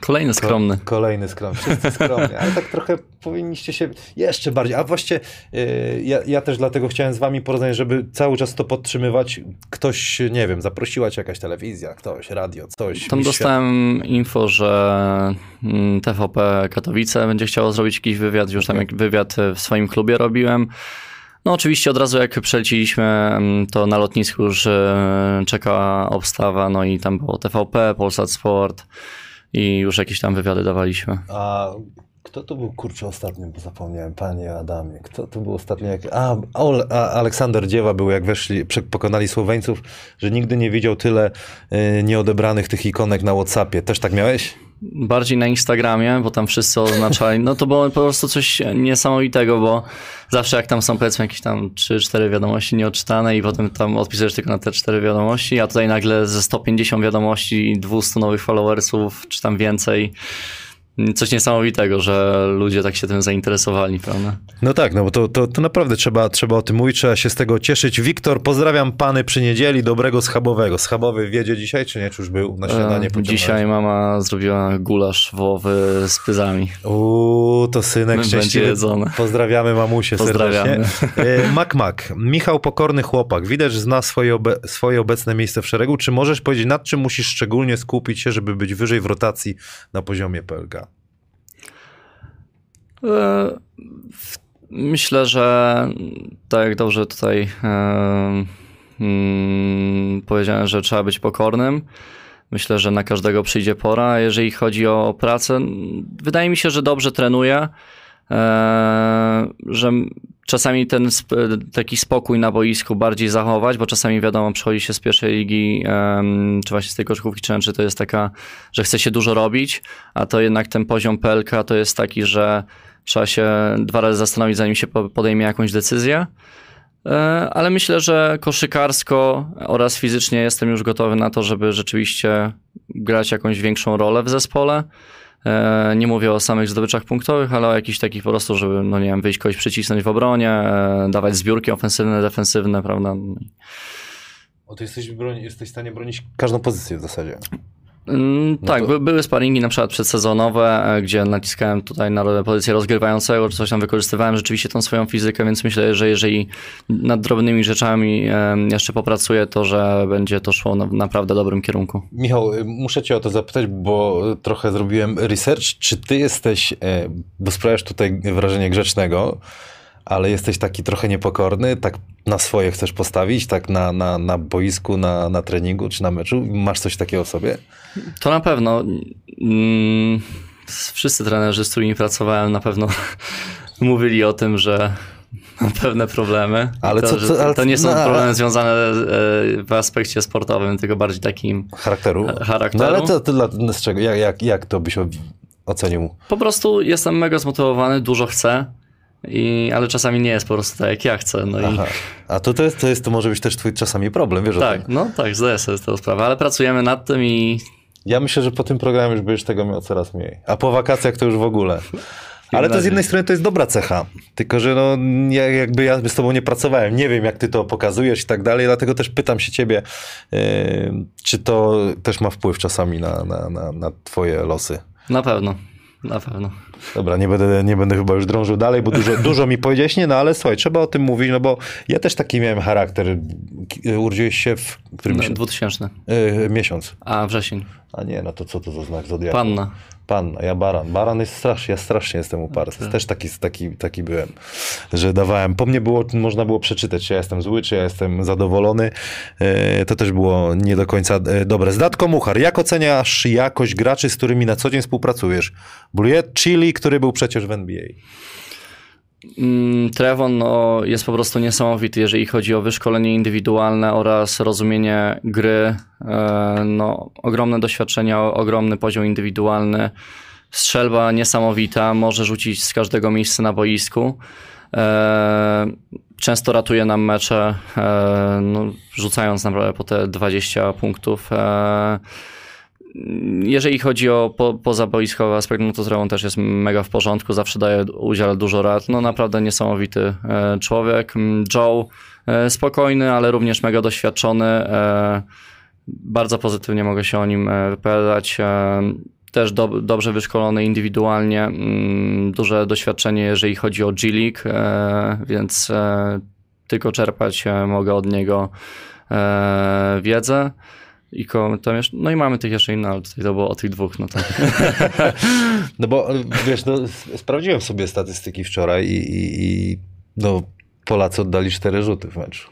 Kolejny skromny. Ko- kolejny skromny, wszyscy skromni, ale tak trochę powinniście się jeszcze bardziej, a właściwie yy, ja, ja też dlatego chciałem z wami porozmawiać, żeby cały czas to podtrzymywać. Ktoś, nie wiem, zaprosiła cię jakaś telewizja, ktoś, radio, coś. Tam dostałem info, że T V P Katowice będzie chciało zrobić jakiś wywiad, już tam jak wywiad w swoim klubie robiłem. No oczywiście od razu jak przelecieliśmy, to na lotnisku już czekała obstawa, no i tam było T V P, Polsat Sport i już jakieś tam wywiady dawaliśmy. A kto to był, kurczę, ostatnio, bo zapomniałem, panie Adamie, kto to był ostatnio, jak... A, Ol, a Aleksander Dziewa był, jak weszli, pokonali Słoweńców, że nigdy nie widział tyle y, nieodebranych tych ikonek na WhatsAppie. Też tak miałeś? Bardziej na Instagramie, bo tam wszyscy oznaczali, no to było po prostu coś niesamowitego, bo zawsze jak tam są powiedzmy jakieś tam trzy cztery wiadomości nieodczytane i potem tam odpisujesz tylko na te cztery wiadomości, a tutaj nagle ze sto pięćdziesiąt wiadomości i dwieście nowych followersów, czy tam więcej. Coś niesamowitego, że ludzie tak się tym zainteresowali, prawda? No tak, no bo to, to, to naprawdę trzeba, trzeba o tym mówić, trzeba się z tego cieszyć. Wiktor, pozdrawiam pany przy niedzieli, dobrego schabowego. Schabowy wiedzie dzisiaj, czy nie? Czy już był na śniadanie? E, dzisiaj mama zrobiła gulasz wołowy z pyzami. Uuu, to synek Będzie szczęśliwy. jedzone. Pozdrawiamy mamusię Pozdrawiamy. serdecznie. Mak Mak, Michał pokorny chłopak, widać, że zna swoje, obe swoje obecne miejsce w szeregu. Czy możesz powiedzieć, nad czym musisz szczególnie skupić się, żeby być wyżej w rotacji na poziomie P L K? Myślę, że tak jak dobrze tutaj e, mm, powiedziałem, że trzeba być pokornym. Myślę, że na każdego przyjdzie pora. Jeżeli chodzi o pracę, wydaje mi się, że dobrze trenuję, e, że czasami ten sp taki spokój na boisku bardziej zachować, bo czasami wiadomo, przychodzi się z pierwszej ligi, e, czy właśnie z tej koszykówki, czy, czy to jest taka, że chce się dużo robić, a to jednak ten poziom P L K to jest taki, że trzeba się dwa razy zastanowić, zanim się podejmie jakąś decyzję. Ale myślę, że koszykarsko oraz fizycznie jestem już gotowy na to, żeby rzeczywiście grać jakąś większą rolę w zespole. Nie mówię o samych zdobyczach punktowych, ale o jakichś takich po prostu, żeby, no nie wiem, wyjść kogoś przycisnąć w obronie, dawać zbiórki ofensywne, defensywne, prawda? O, ty jesteś, broni, jesteś w stanie bronić każdą pozycję w zasadzie. Mm, No tak, to... by, były sparingi na przykład przedsezonowe, gdzie naciskałem tutaj na pozycję rozgrywającego, czy coś tam wykorzystywałem rzeczywiście tą swoją fizykę, więc myślę, że jeżeli nad drobnymi rzeczami jeszcze popracuję, to że będzie to szło na naprawdę dobrym kierunku. Michał, muszę cię o to zapytać, bo trochę zrobiłem research. Czy ty jesteś, bo sprawiasz tutaj wrażenie grzecznego, ale jesteś taki trochę niepokorny, tak na swoje chcesz postawić, tak na, na, na boisku, na, na treningu czy na meczu? Masz coś takiego w sobie? To na pewno. Mm, wszyscy trenerzy, z którymi pracowałem, na pewno mówili o tym, że mam pewne problemy. Ale to, co, co, ale to nie są no, problemy związane w aspekcie sportowym, tylko bardziej takim charakteru. charakteru. No ale to, to dla, z czego? Jak, jak, jak to byś ocenił? Po prostu jestem mega zmotywowany, dużo chcę. I, ale czasami nie jest po prostu tak, jak ja chcę. No i... A to, to, jest, to, jest, to może być też twój czasami problem, wiesz tak, o tym? no tak, zdaję sobie z tego sprawę, ale pracujemy nad tym i... Ja myślę, że po tym programie już będziesz tego miał coraz mniej. A po wakacjach to już w ogóle. Ale to z jednej strony to jest dobra cecha, tylko że no, ja, jakby ja z tobą nie pracowałem, nie wiem jak ty to pokazujesz i tak dalej, dlatego też pytam się ciebie, yy, czy to też ma wpływ czasami na, na, na, na twoje losy? Na pewno. Na pewno. Dobra, nie będę, nie będę chyba już drążył dalej, bo dużo, dużo mi powiedziałeś, nie, no ale słuchaj, trzeba o tym mówić, no bo ja też taki miałem charakter. Urodziłeś się w którym No, dwutysięczny. Yy, miesiąc. A, wrzesień. A nie, no to co to za znak zodiaku? Panna. Panna, ja baran. Baran jest strasznie, ja strasznie jestem uparty. Tak. Też taki, taki, taki byłem, że dawałem. Po mnie było, można było przeczytać, czy ja jestem zły, czy ja jestem zadowolony. Yy, to też było nie do końca yy, dobre. Zdatko Muchar, jak oceniasz jakość graczy, z którymi na co dzień współpracujesz? Bluet Chili, który był przecież w N B A. Mm, Trevon no, jest po prostu niesamowity, jeżeli chodzi o wyszkolenie indywidualne oraz rozumienie gry. E, no, ogromne doświadczenia, ogromny poziom indywidualny. Strzelba niesamowita, może rzucić z każdego miejsca na boisku. E, często ratuje nam mecze, e, no, rzucając naprawdę po te dwadzieścia punktów. E, Jeżeli chodzi o po, pozaboiskowy aspekt, no to Trevon też jest mega w porządku, zawsze daje, udziela dużo rad. No naprawdę niesamowity e, człowiek. Joe e, spokojny, ale również mega doświadczony. E, bardzo pozytywnie mogę się o nim e, wypowiadać. E, też do, dobrze wyszkolony indywidualnie, mm, duże doświadczenie, jeżeli chodzi o G-League, e, więc e, tylko czerpać e, mogę od niego e, wiedzę. I ko, tam jeszcze, no i mamy tych jeszcze innych, ale tutaj to było o tych dwóch. No, to. No bo wiesz, no, sprawdziłem sobie statystyki wczoraj i, i, i no, Polacy oddali cztery rzuty w meczu.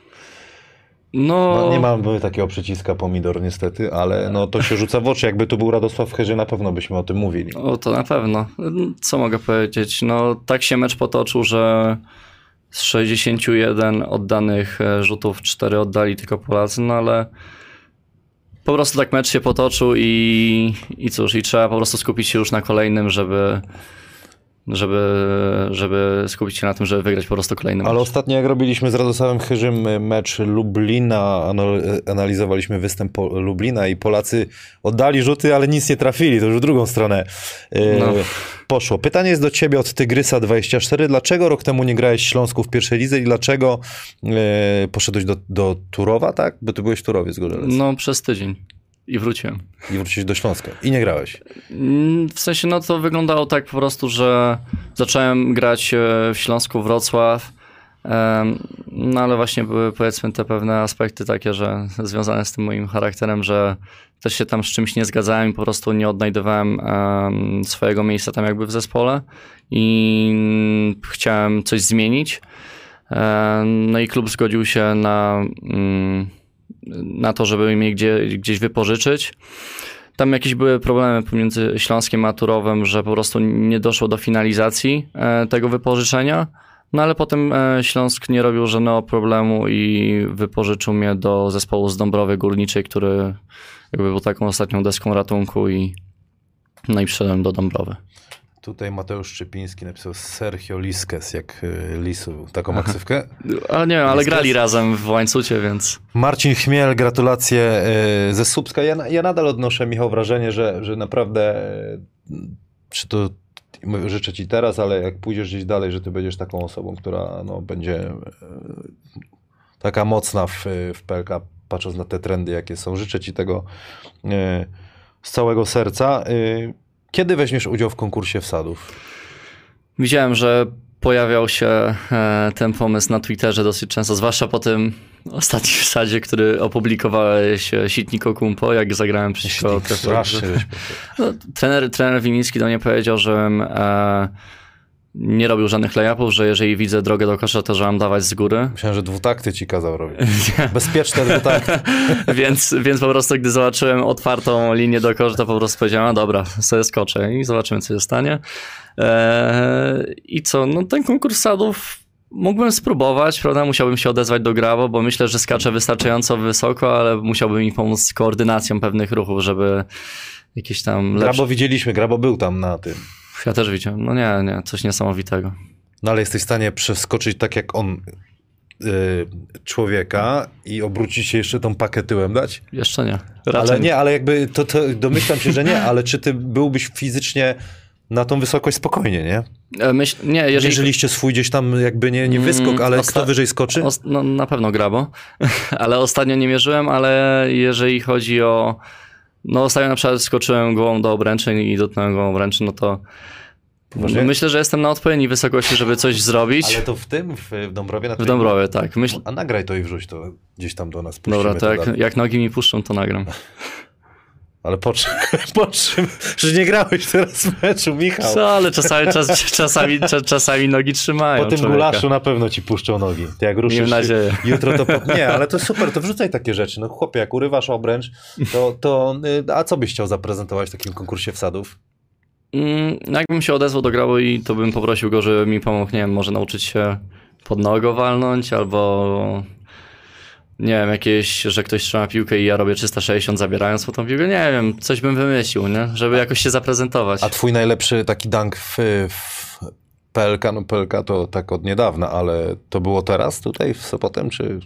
No, No, nie mamy takiego przyciska pomidor niestety, ale no, to się rzuca w oczy. Jakby tu był Radosław Herzy, na pewno byśmy o tym mówili. O, to na pewno. Co mogę powiedzieć? No, tak się mecz potoczył, że z sześćdziesięciu jeden oddanych rzutów cztery oddali tylko Polacy, no ale po prostu tak mecz się potoczył i, i cóż, i trzeba po prostu skupić się już na kolejnym, żeby, żeby, żeby skupić się na tym, żeby wygrać po prostu kolejny mecz. Ale ostatnio jak robiliśmy z Radosławem Herzym mecz Lublina, analizowaliśmy występ po- Lublina i Polacy oddali rzuty, ale nic nie trafili, to już w drugą stronę e, No. poszło. Pytanie jest do ciebie od Tygrysa dwadzieścia cztery. Dlaczego rok temu nie grałeś w Śląsku w pierwszej lidze i dlaczego e, poszedłeś do, do Turowa, tak? Bo ty byłeś w Turowie z Gorzelec. No, przez tydzień i wróciłem. I wróciłeś do Śląska i nie grałeś. Mm, W sensie, no to wyglądało tak po prostu, że zacząłem grać e, w Śląsku Wrocław, em, no ale właśnie były powiedzmy te pewne aspekty takie, że związane z tym moim charakterem, że też się tam z czymś nie zgadzałem i po prostu nie odnajdywałem em, swojego miejsca tam jakby w zespole i mm, chciałem coś zmienić. Em, No i klub zgodził się na, mm, na to, żeby mnie gdzie, gdzieś wypożyczyć. Tam jakieś były problemy pomiędzy Śląskiem a Turowem, że po prostu nie doszło do finalizacji e, tego wypożyczenia. No ale potem e, Śląsk nie robił żadnego problemu i wypożyczył mnie do zespołu z Dąbrowy Górniczej, który jakby był taką ostatnią deską ratunku i no i przyszedłem do Dąbrowy. Tutaj Mateusz Szczypiński napisał Sergio Liskes, jak y, Lisu, taką aksywkę. Ale nie wiem, ale Jest grali jest? razem w łańcucie, więc... Marcin Chmiel, gratulacje y, ze Słupska. Ja, ja nadal odnoszę, Michał, wrażenie, że, że naprawdę, y, czy to mówię, życzę ci teraz, ale jak pójdziesz gdzieś dalej, że ty będziesz taką osobą, która no, będzie y, taka mocna w, w P L K, patrząc na te trendy, jakie są. Życzę ci tego y, z całego serca. Y, Kiedy weźmiesz udział w konkursie wsadów? Widziałem, że pojawiał się e, ten pomysł na Twitterze dosyć często, zwłaszcza po tym ostatnim wsadzie, który opublikowałeś e, Sitniko Kumpo, jak zagrałem przeciwko... Strasznie. żeś No, trener, trener Winiński do mnie powiedział, żebym e, nie robił żadnych layupów, że jeżeli widzę drogę do kosza, to że mam dawać z góry. Myślałem, że dwutakty ci kazał robić. Bezpieczne dwutakty. więc, więc po prostu, gdy zobaczyłem otwartą linię do kosza, to po prostu powiedziałem, a dobra, sobie skoczę i zobaczymy, co się stanie. Eee, I co? No ten konkurs sadów mógłbym spróbować, prawda? Musiałbym się odezwać do Grabo, bo myślę, że skaczę wystarczająco wysoko, ale musiałby mi pomóc z koordynacją pewnych ruchów, żeby jakieś tam lepsze... Grabo widzieliśmy, Grabo był tam na tym. Ja też widziałem. No nie, nie, coś niesamowitego. No ale jesteś w stanie przeskoczyć tak jak on yy, człowieka i obrócić się jeszcze tą pakę tyłem dać? Jeszcze nie. Raczej Ale nie, ale jakby to, to domyślam się, że nie, ale czy ty byłbyś fizycznie na tą wysokość spokojnie, nie? E, Myśl, nie, jeżeli... Mierzyliście swój gdzieś tam jakby nie, nie wyskok, ale Osta- kto wyżej skoczy? Os- no, na pewno Grabo, ale ostatnio nie mierzyłem, ale jeżeli chodzi o... No ostatnio na przykład skoczyłem głową do obręczy i dotknąłem głową obręczy, no to Poważnie? myślę, że jestem na odpowiedniej wysokości, żeby coś zrobić. Ale to w tym, w, w Dąbrowie? Na W Dąbrowie, tak. Myśl... A nagraj to i wrzuć to gdzieś tam do nas. Puścimy Dobra, to jak, dalej. jak nogi mi puszczą, to nagram. Ale po czym? Po czym? Przecież nie grałeś teraz w meczu, Michał. Co, ale czasami, czas, czasami, czas, czasami nogi trzymają Po tym człowieka. gulaszu na pewno ci puszczą nogi. Ty jak ruszysz Miejmy nadzieję. jutro, to... Po... Nie, ale to super, to wrzucaj takie rzeczy. No chłopie, jak urywasz obręcz, to, to... A co byś chciał zaprezentować w takim konkursie wsadów? Mm, jakbym się odezwał do Grabo i to bym poprosił go, żeby mi pomógł, nie wiem, może nauczyć się pod nogą walnąć, albo nie wiem, jakieś, że ktoś trzyma piłkę i ja robię trzysta sześćdziesiąt zabierając po tą piłkę, nie wiem, coś bym wymyślił, nie? Żeby jakoś się zaprezentować. A twój najlepszy taki dunk w, w P L K, no P L K to tak od niedawna, ale to było teraz tutaj w Sopotem, czy...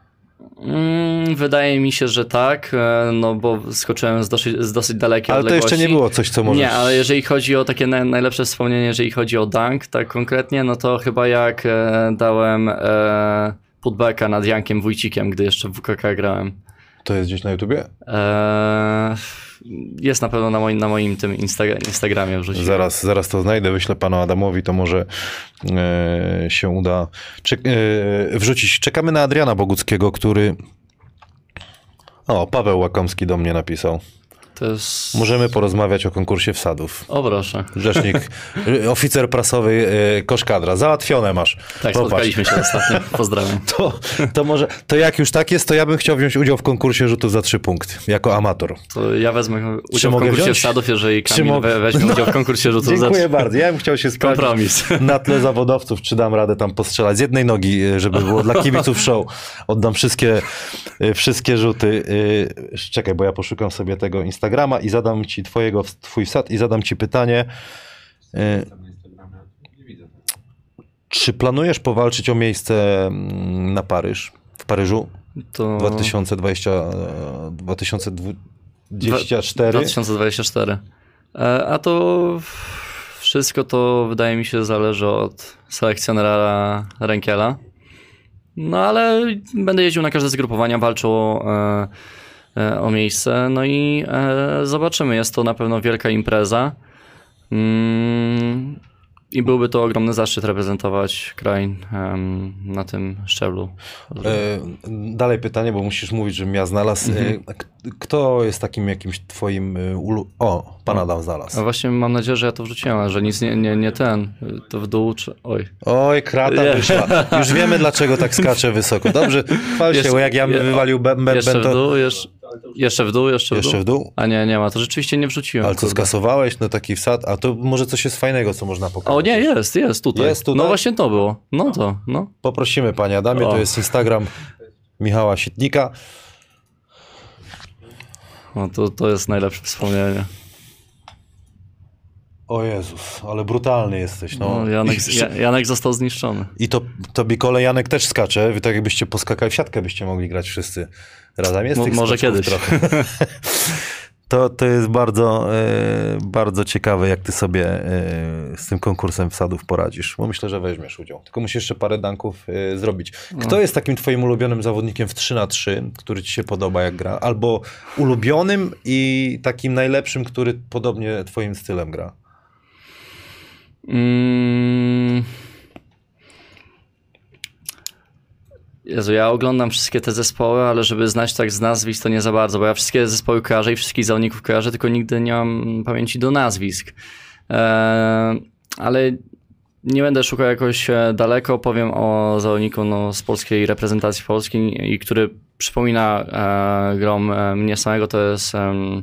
Mm, wydaje mi się, że tak, e, no bo skoczyłem z dosyć, z dosyć dalekiej Ale to odległości. jeszcze nie było coś, co możesz... Nie, ale jeżeli chodzi o takie na, najlepsze wspomnienie, jeżeli chodzi o dunk, tak konkretnie, no to chyba jak e, dałem e, putbacka nad Jankiem Wójcikiem, gdy jeszcze w W K K grałem. To jest gdzieś na YouTubie? E, jest na pewno na moim, na moim tym Insta- Instagramie wrzuciłem. Zaraz, zaraz to znajdę, wyślę panu Adamowi, to może e, się uda Czek, e, wrzucić. Czekamy na Adriana Boguckiego, który... O, Paweł Łakomski do mnie napisał. To jest... Możemy porozmawiać o konkursie wsadów. O proszę. Rzecznik, oficer prasowy, e, Koszkadra. Załatwione masz. Tak, Popatrz. spotkaliśmy się ostatnio. Pozdrawiam. To, to może, to jak już tak jest, to ja bym chciał wziąć udział w konkursie rzutów za trzy punkty, jako amator. To ja wezmę Czy udział w mogę konkursie wziąć? wsadów, jeżeli Czy Kamil mogę? we, weźmie No. udział w konkursie rzutów za Dziękuję trzy. bardzo. Ja bym chciał się sprawdzić Kompromis. na tle zawodowców, czy dam radę tam postrzelać z jednej nogi, żeby było dla kibiców show. Oddam wszystkie, wszystkie rzuty. Czekaj, bo ja poszukam sobie tego Instagrama i zadam ci twojego, twój wsad i zadam ci pytanie. Tam na Instagramie nie widzę. Czy planujesz powalczyć o miejsce na Paryż, w Paryżu To... dwa tysiące dwudziesty, dwa tysiące dwudziesty czwarty? dwa tysiące dwudziesty czwarty. E, A to wszystko to wydaje mi się zależy od selekcjonera Renkiela. No ale będę jeździł na każde zgrupowania, walczył o, e, o miejsce. No i e, zobaczymy. Jest to na pewno wielka impreza. Mm, I byłby to ogromny zaszczyt reprezentować kraj em, na tym szczeblu. E, Dalej pytanie, bo musisz mówić, żebym ja znalazł. E, k- Kto jest takim jakimś twoim e, ulu... O, pan Adam A znalazł. właśnie mam nadzieję, że ja to wrzuciłem, że nic nie, nie, nie ten, to w dół, czy... Oj. Oj, krata Nie. wyszła. Już wiemy, dlaczego tak skacze wysoko. Dobrze, chwal się, Jeszcze- bo jak ja bym je- wywalił ben, ben, Jeszcze ben, w to... dół, jeszcze, jeszcze w dół, jeszcze w dół. Jeszcze w dół? A nie, nie ma, to rzeczywiście nie wrzuciłem. Ale co, kurde. skasowałeś? No taki wsad, a to może coś jest fajnego, co można pokazać. O nie, jest, jest tutaj. Jest tutaj? No właśnie to było. No to, no. Poprosimy, panie Adamie, O. to jest Instagram Michała Sitnika. No to, to jest najlepsze wspomnienie. O Jezus, ale brutalny jesteś. No. No, Janek, I, Ja- Janek został zniszczony. I to, to Bikole Janek też skacze. Wy tak jakbyście poskakali w siatkę, byście mogli grać wszyscy razem. Jest Mo- tych może skoczków kiedyś. trochę. To, to jest bardzo, e, bardzo ciekawe, jak ty sobie e, z tym konkursem wsadów poradzisz. Bo myślę, że weźmiesz udział. Tylko musisz jeszcze parę danków e, zrobić. Kto jest takim twoim ulubionym zawodnikiem w trzy na trzy, który ci się podoba, jak gra? Albo ulubionym i takim najlepszym, który podobnie twoim stylem gra? Mm. Jezu, ja oglądam wszystkie te zespoły, ale żeby znać tak z nazwisk, to nie za bardzo, bo ja wszystkie zespoły kojarzę i wszystkich zawodników kojarzę, tylko nigdy nie mam pamięci do nazwisk. Eee, ale nie będę szukał jakoś e, daleko, powiem o zawodniku no, z polskiej reprezentacji Polski, i który przypomina e, grom e, mnie samego, to jest em,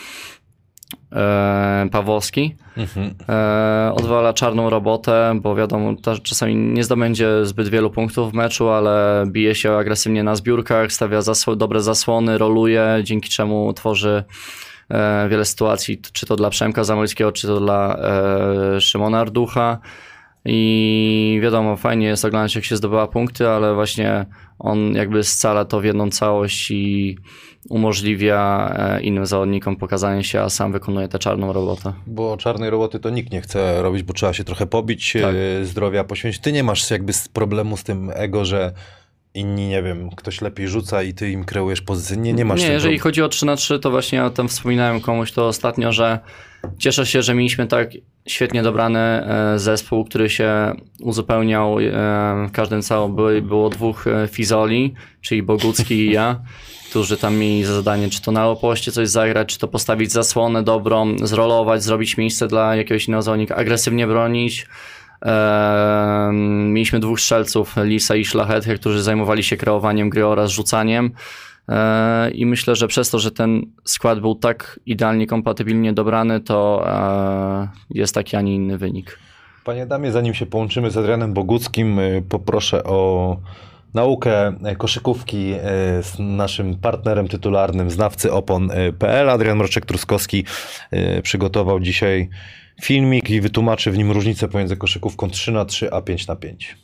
e, Pawłowski. Mhm. E, odwala czarną robotę, bo wiadomo, ta, czasami nie zdobędzie zbyt wielu punktów w meczu, ale bije się agresywnie na zbiórkach, stawia zasł- dobre zasłony, roluje, dzięki czemu tworzy e, wiele sytuacji, czy to dla Przemka Zamojskiego, czy to dla e, Szymona Arducha. I wiadomo, fajnie jest oglądać, jak się zdobywa punkty, ale właśnie on jakby scala to w jedną całość i umożliwia e, innym zawodnikom pokazanie się, a sam wykonuje tę czarną robotę. Bo czarnej roboty to nikt nie chce robić, bo trzeba się trochę pobić, Tak. e, zdrowia poświęcić. Ty nie masz jakby z- problemu z tym ego, że inni, nie wiem, ktoś lepiej rzuca i ty im kreujesz pozycję. Nie, nie masz Nie, tym jeżeli problemu. chodzi o trzy na trzy, to właśnie ja tam wspominałem komuś to ostatnio, że cieszę się, że mieliśmy tak świetnie dobrany e, zespół, który się uzupełniał e, w każdym całym. Było, było dwóch e, fizoli, czyli Bogucki i ja, którzy tam mieli za zadanie, czy to na opoście coś zagrać, czy to postawić zasłonę dobrą, zrolować, zrobić miejsce dla jakiegoś innego zawodnika, agresywnie bronić. Eee, mieliśmy dwóch strzelców, Lisa i Szlachetkę, którzy zajmowali się kreowaniem gry oraz rzucaniem. Eee, I myślę, że przez to, że ten skład był tak idealnie, kompatybilnie dobrany, to eee, jest taki, a nie inny wynik. Panie Adamie, zanim się połączymy z Adrianem Boguckim, y, poproszę o naukę e, koszykówki e, z naszym partnerem tytularnym, znawcy opon kropka p l. Adrian Mroczek-Truskowski e, przygotował dzisiaj filmik i wytłumaczy w nim różnicę pomiędzy koszykówką trzy na trzy a pięć na pięć.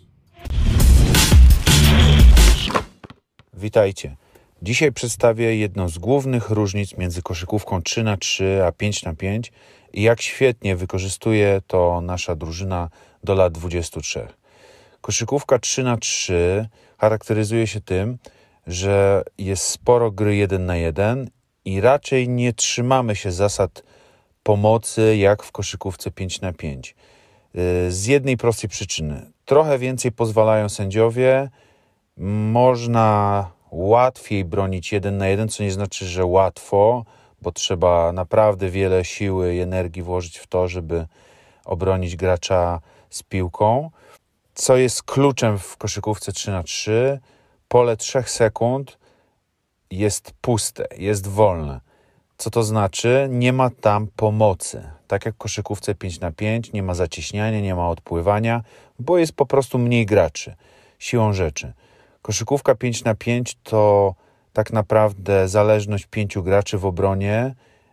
Witajcie. Dzisiaj przedstawię jedną z głównych różnic między koszykówką trzy na trzy a pięć na pięć i jak świetnie wykorzystuje to nasza drużyna do lat dwudziestu trzech. Koszykówka trzy na trzy charakteryzuje się tym, że jest sporo gry jeden na jeden i raczej nie trzymamy się zasad pomocy jak w koszykówce pięć na pięć. Z jednej prostej przyczyny. Trochę więcej pozwalają sędziowie, można łatwiej bronić jeden na jeden, co nie znaczy, że łatwo, bo trzeba naprawdę wiele siły i energii włożyć w to, żeby obronić gracza z piłką. Co jest kluczem w koszykówce trzy na trzy? Pole trzech sekund jest puste, jest wolne. Co to znaczy? Nie ma tam pomocy. Tak jak w koszykówce pięć na pięć, nie ma zacieśniania, nie ma odpływania, bo jest po prostu mniej graczy, siłą rzeczy. Koszykówka pięć na pięć to tak naprawdę zależność pięciu graczy w obronie,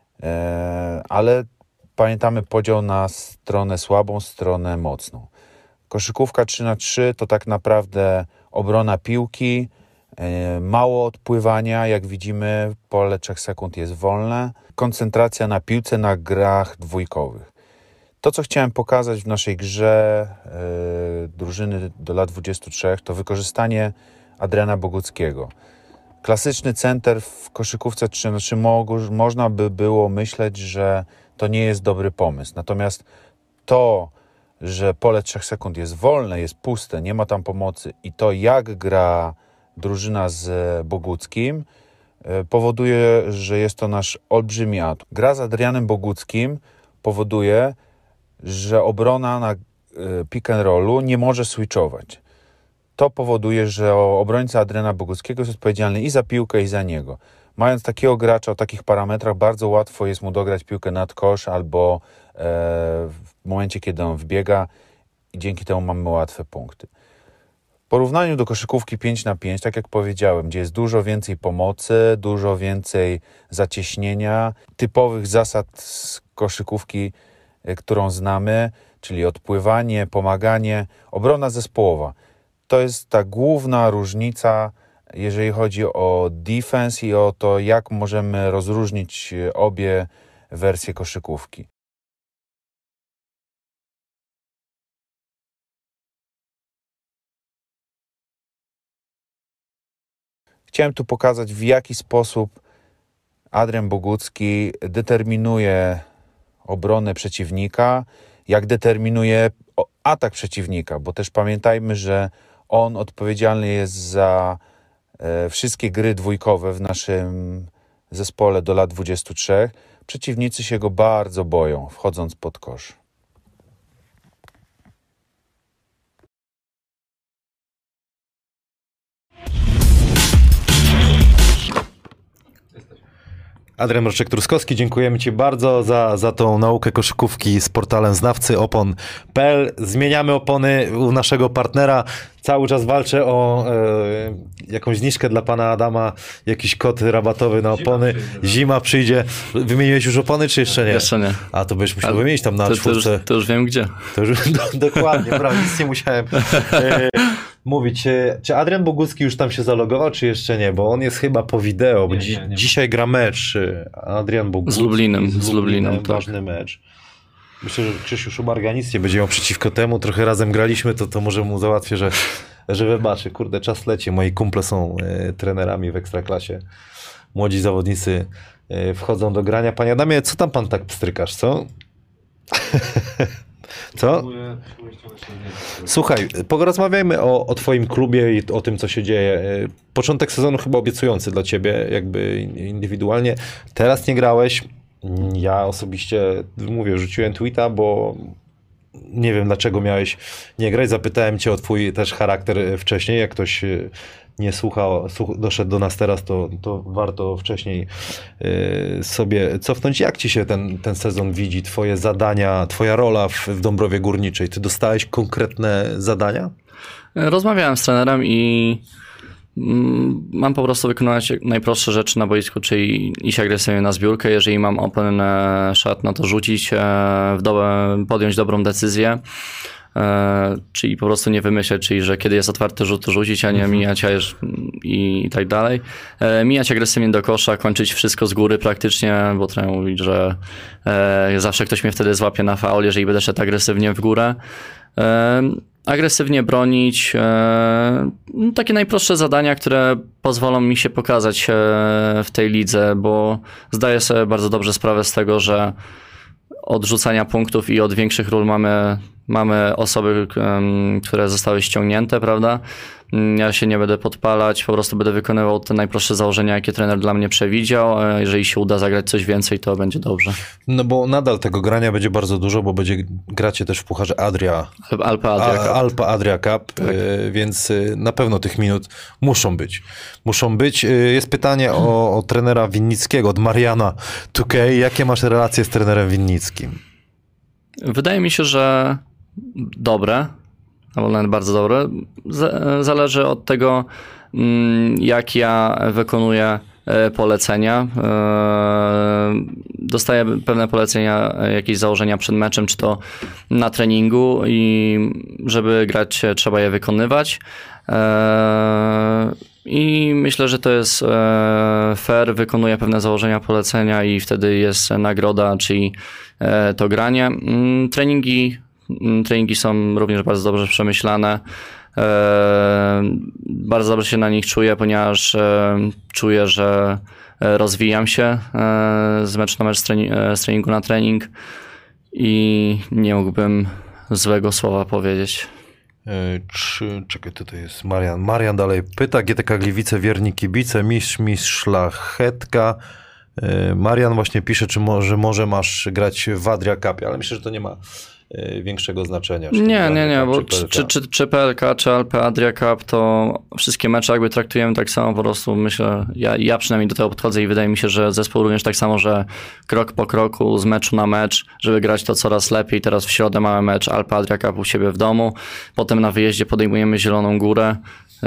e, ale pamiętamy podział na stronę słabą, stronę mocną. Koszykówka trzy na trzy to tak naprawdę obrona piłki, e, mało odpływania, jak widzimy pole trzech sekund jest wolne, koncentracja na piłce, na grach dwójkowych. To, co chciałem pokazać w naszej grze e, drużyny do lat dwudziestu trzech, to wykorzystanie Adriana Boguckiego. Klasyczny center w koszykówce trzy na trzy mo- można by było myśleć, że to nie jest dobry pomysł. Natomiast to, że pole trzech sekund jest wolne, jest puste, nie ma tam pomocy i to, jak gra drużyna z Boguckim, powoduje, że jest to nasz olbrzymi atut. Gra z Adrianem Boguckim powoduje, że obrona na pick and rollu nie może switchować. To powoduje, że obrońca Adriana Boguckiego jest odpowiedzialny i za piłkę, i za niego. Mając takiego gracza o takich parametrach, bardzo łatwo jest mu dograć piłkę nad kosz albo e, w momencie, kiedy on wbiega i dzięki temu mamy łatwe punkty. W porównaniu do koszykówki pięć na pięć, tak jak powiedziałem, gdzie jest dużo więcej pomocy, dużo więcej zacieśnienia, typowych zasad z koszykówki, którą znamy, czyli odpływanie, pomaganie, obrona zespołowa. To jest ta główna różnica, jeżeli chodzi o defense i o to, jak możemy rozróżnić obie wersje koszykówki. Chciałem tu pokazać, w jaki sposób Adrian Bogucki determinuje obronę przeciwnika, jak determinuje atak przeciwnika, bo też pamiętajmy, że on odpowiedzialny jest za e, wszystkie gry dwójkowe w naszym zespole do lat dwudziestu trzech. Przeciwnicy się go bardzo boją, wchodząc pod kosz. Adrian Mroczek-Truskowski, dziękujemy Ci bardzo za, za tą naukę koszykówki z portalem znawcy opon kropka p l. Zmieniamy opony u naszego partnera. Cały czas walczę o e, jakąś zniżkę dla pana Adama, jakiś kod rabatowy na opony. Zima przyjdzie. Zima przyjdzie. Wymieniłeś już opony, czy jeszcze nie? Jeszcze nie. A to byś musiał wymienić tam na to, czwórce. To już, to już wiem gdzie. To już, do, dokładnie, prawda, nic nie musiałem e, mówić. Czy Adrian Bogucki już tam się zalogował, czy jeszcze nie? Bo on jest chyba po wideo, bo Nie, dzi- nie, nie. dzisiaj gra mecz. Adrian Bogucki. Z Lublinem, Z z Lublinem, Lublinem, tak. ważny mecz. Myślę, że Krzysiu Szubarga nic nie będzie miał przeciwko temu. Trochę razem graliśmy, to, to może mu załatwię, że, że wybaczy. Kurde, czas leci. Moi kumple są e, trenerami w Ekstraklasie. Młodzi zawodnicy e, wchodzą do grania. Panie Adamie, co tam pan tak pstrykasz, co? Co? Próbuję- próbuję ściągnąć się zdjęcie. Słuchaj, porozmawiajmy o, o twoim klubie i o tym, co się dzieje. Początek sezonu chyba obiecujący dla ciebie, jakby indywidualnie. Teraz nie grałeś. Ja osobiście, mówię, rzuciłem tweeta, bo nie wiem, dlaczego miałeś nie grać. Zapytałem cię o twój też charakter wcześniej. Jak ktoś nie słuchał, słuch- doszedł do nas teraz, to, to warto wcześniej yy, sobie cofnąć. Jak ci się ten, ten sezon widzi? Twoje zadania, twoja rola w, w Dąbrowie Górniczej? Ty dostałeś konkretne zadania? Rozmawiałem z trenerem i mm, mam po prostu wykonać najprostsze rzeczy na boisku, czyli iść agresywnie na zbiórkę. Jeżeli mam open e, shot, no to rzucić, e, w dobre, podjąć dobrą decyzję. E, czyli po prostu nie wymyśleć, czyli że kiedy jest otwarty rzut, to rzucić, a nie mijać a już, i, i tak dalej. E, mijać agresywnie do kosza, kończyć wszystko z góry praktycznie, bo trener mówi, że e, zawsze ktoś mnie wtedy złapie na faul, jeżeli będę szedł agresywnie w górę. E, agresywnie bronić, e, no, takie najprostsze zadania, które pozwolą mi się pokazać e, w tej lidze, bo zdaję sobie bardzo dobrze sprawę z tego, że od rzucania punktów i od większych ról mamy, mamy osoby, um, które zostały ściągnięte, prawda? Ja się nie będę podpalać, po prostu będę wykonywał te najprostsze założenia, jakie trener dla mnie przewidział. A jeżeli się uda zagrać coś więcej, to będzie dobrze. No bo nadal tego grania będzie bardzo dużo, bo będzie gracie też w Pucharze Adria. Alpa Adria Cup. Alpa Adria Cup, tak. y, więc y, na pewno tych minut muszą być. Muszą być. Y, jest pytanie o, o trenera Winnickiego, od Mariana two K. Jakie masz relacje z trenerem Winnickim? Wydaje mi się, że dobre. Albo nawet bardzo dobre. Zależy od tego, jak ja wykonuję polecenia. Dostaję pewne polecenia, jakieś założenia przed meczem, czy to na treningu i żeby grać trzeba je wykonywać. I myślę, że to jest fair, wykonuję pewne założenia, polecenia i wtedy jest nagroda, czyli to granie. Treningi Treningi są również bardzo dobrze przemyślane. Bardzo dobrze się na nich czuję, ponieważ czuję, że rozwijam się z meczu na mecz, z treningu na trening i nie mógłbym złego słowa powiedzieć. Czy, czekaj, tutaj jest Marian. Marian dalej pyta. G T K Gliwice, wierni kibice, mistrz, mistrz, szlachetka. Marian właśnie pisze, czy może, może masz grać w Adria Cupie, ale myślę, że to nie ma większego znaczenia. Nie, nie, nie, bo czy, czy, czy, czy P L K, czy Alpa Adria Cup, to wszystkie mecze jakby traktujemy tak samo, po prostu myślę, ja, ja przynajmniej do tego podchodzę i wydaje mi się, że zespół również tak samo, że krok po kroku, z meczu na mecz, żeby grać to coraz lepiej. Teraz w środę mamy mecz Alpa Adria Cup u siebie w domu, potem na wyjeździe podejmujemy Zieloną Górę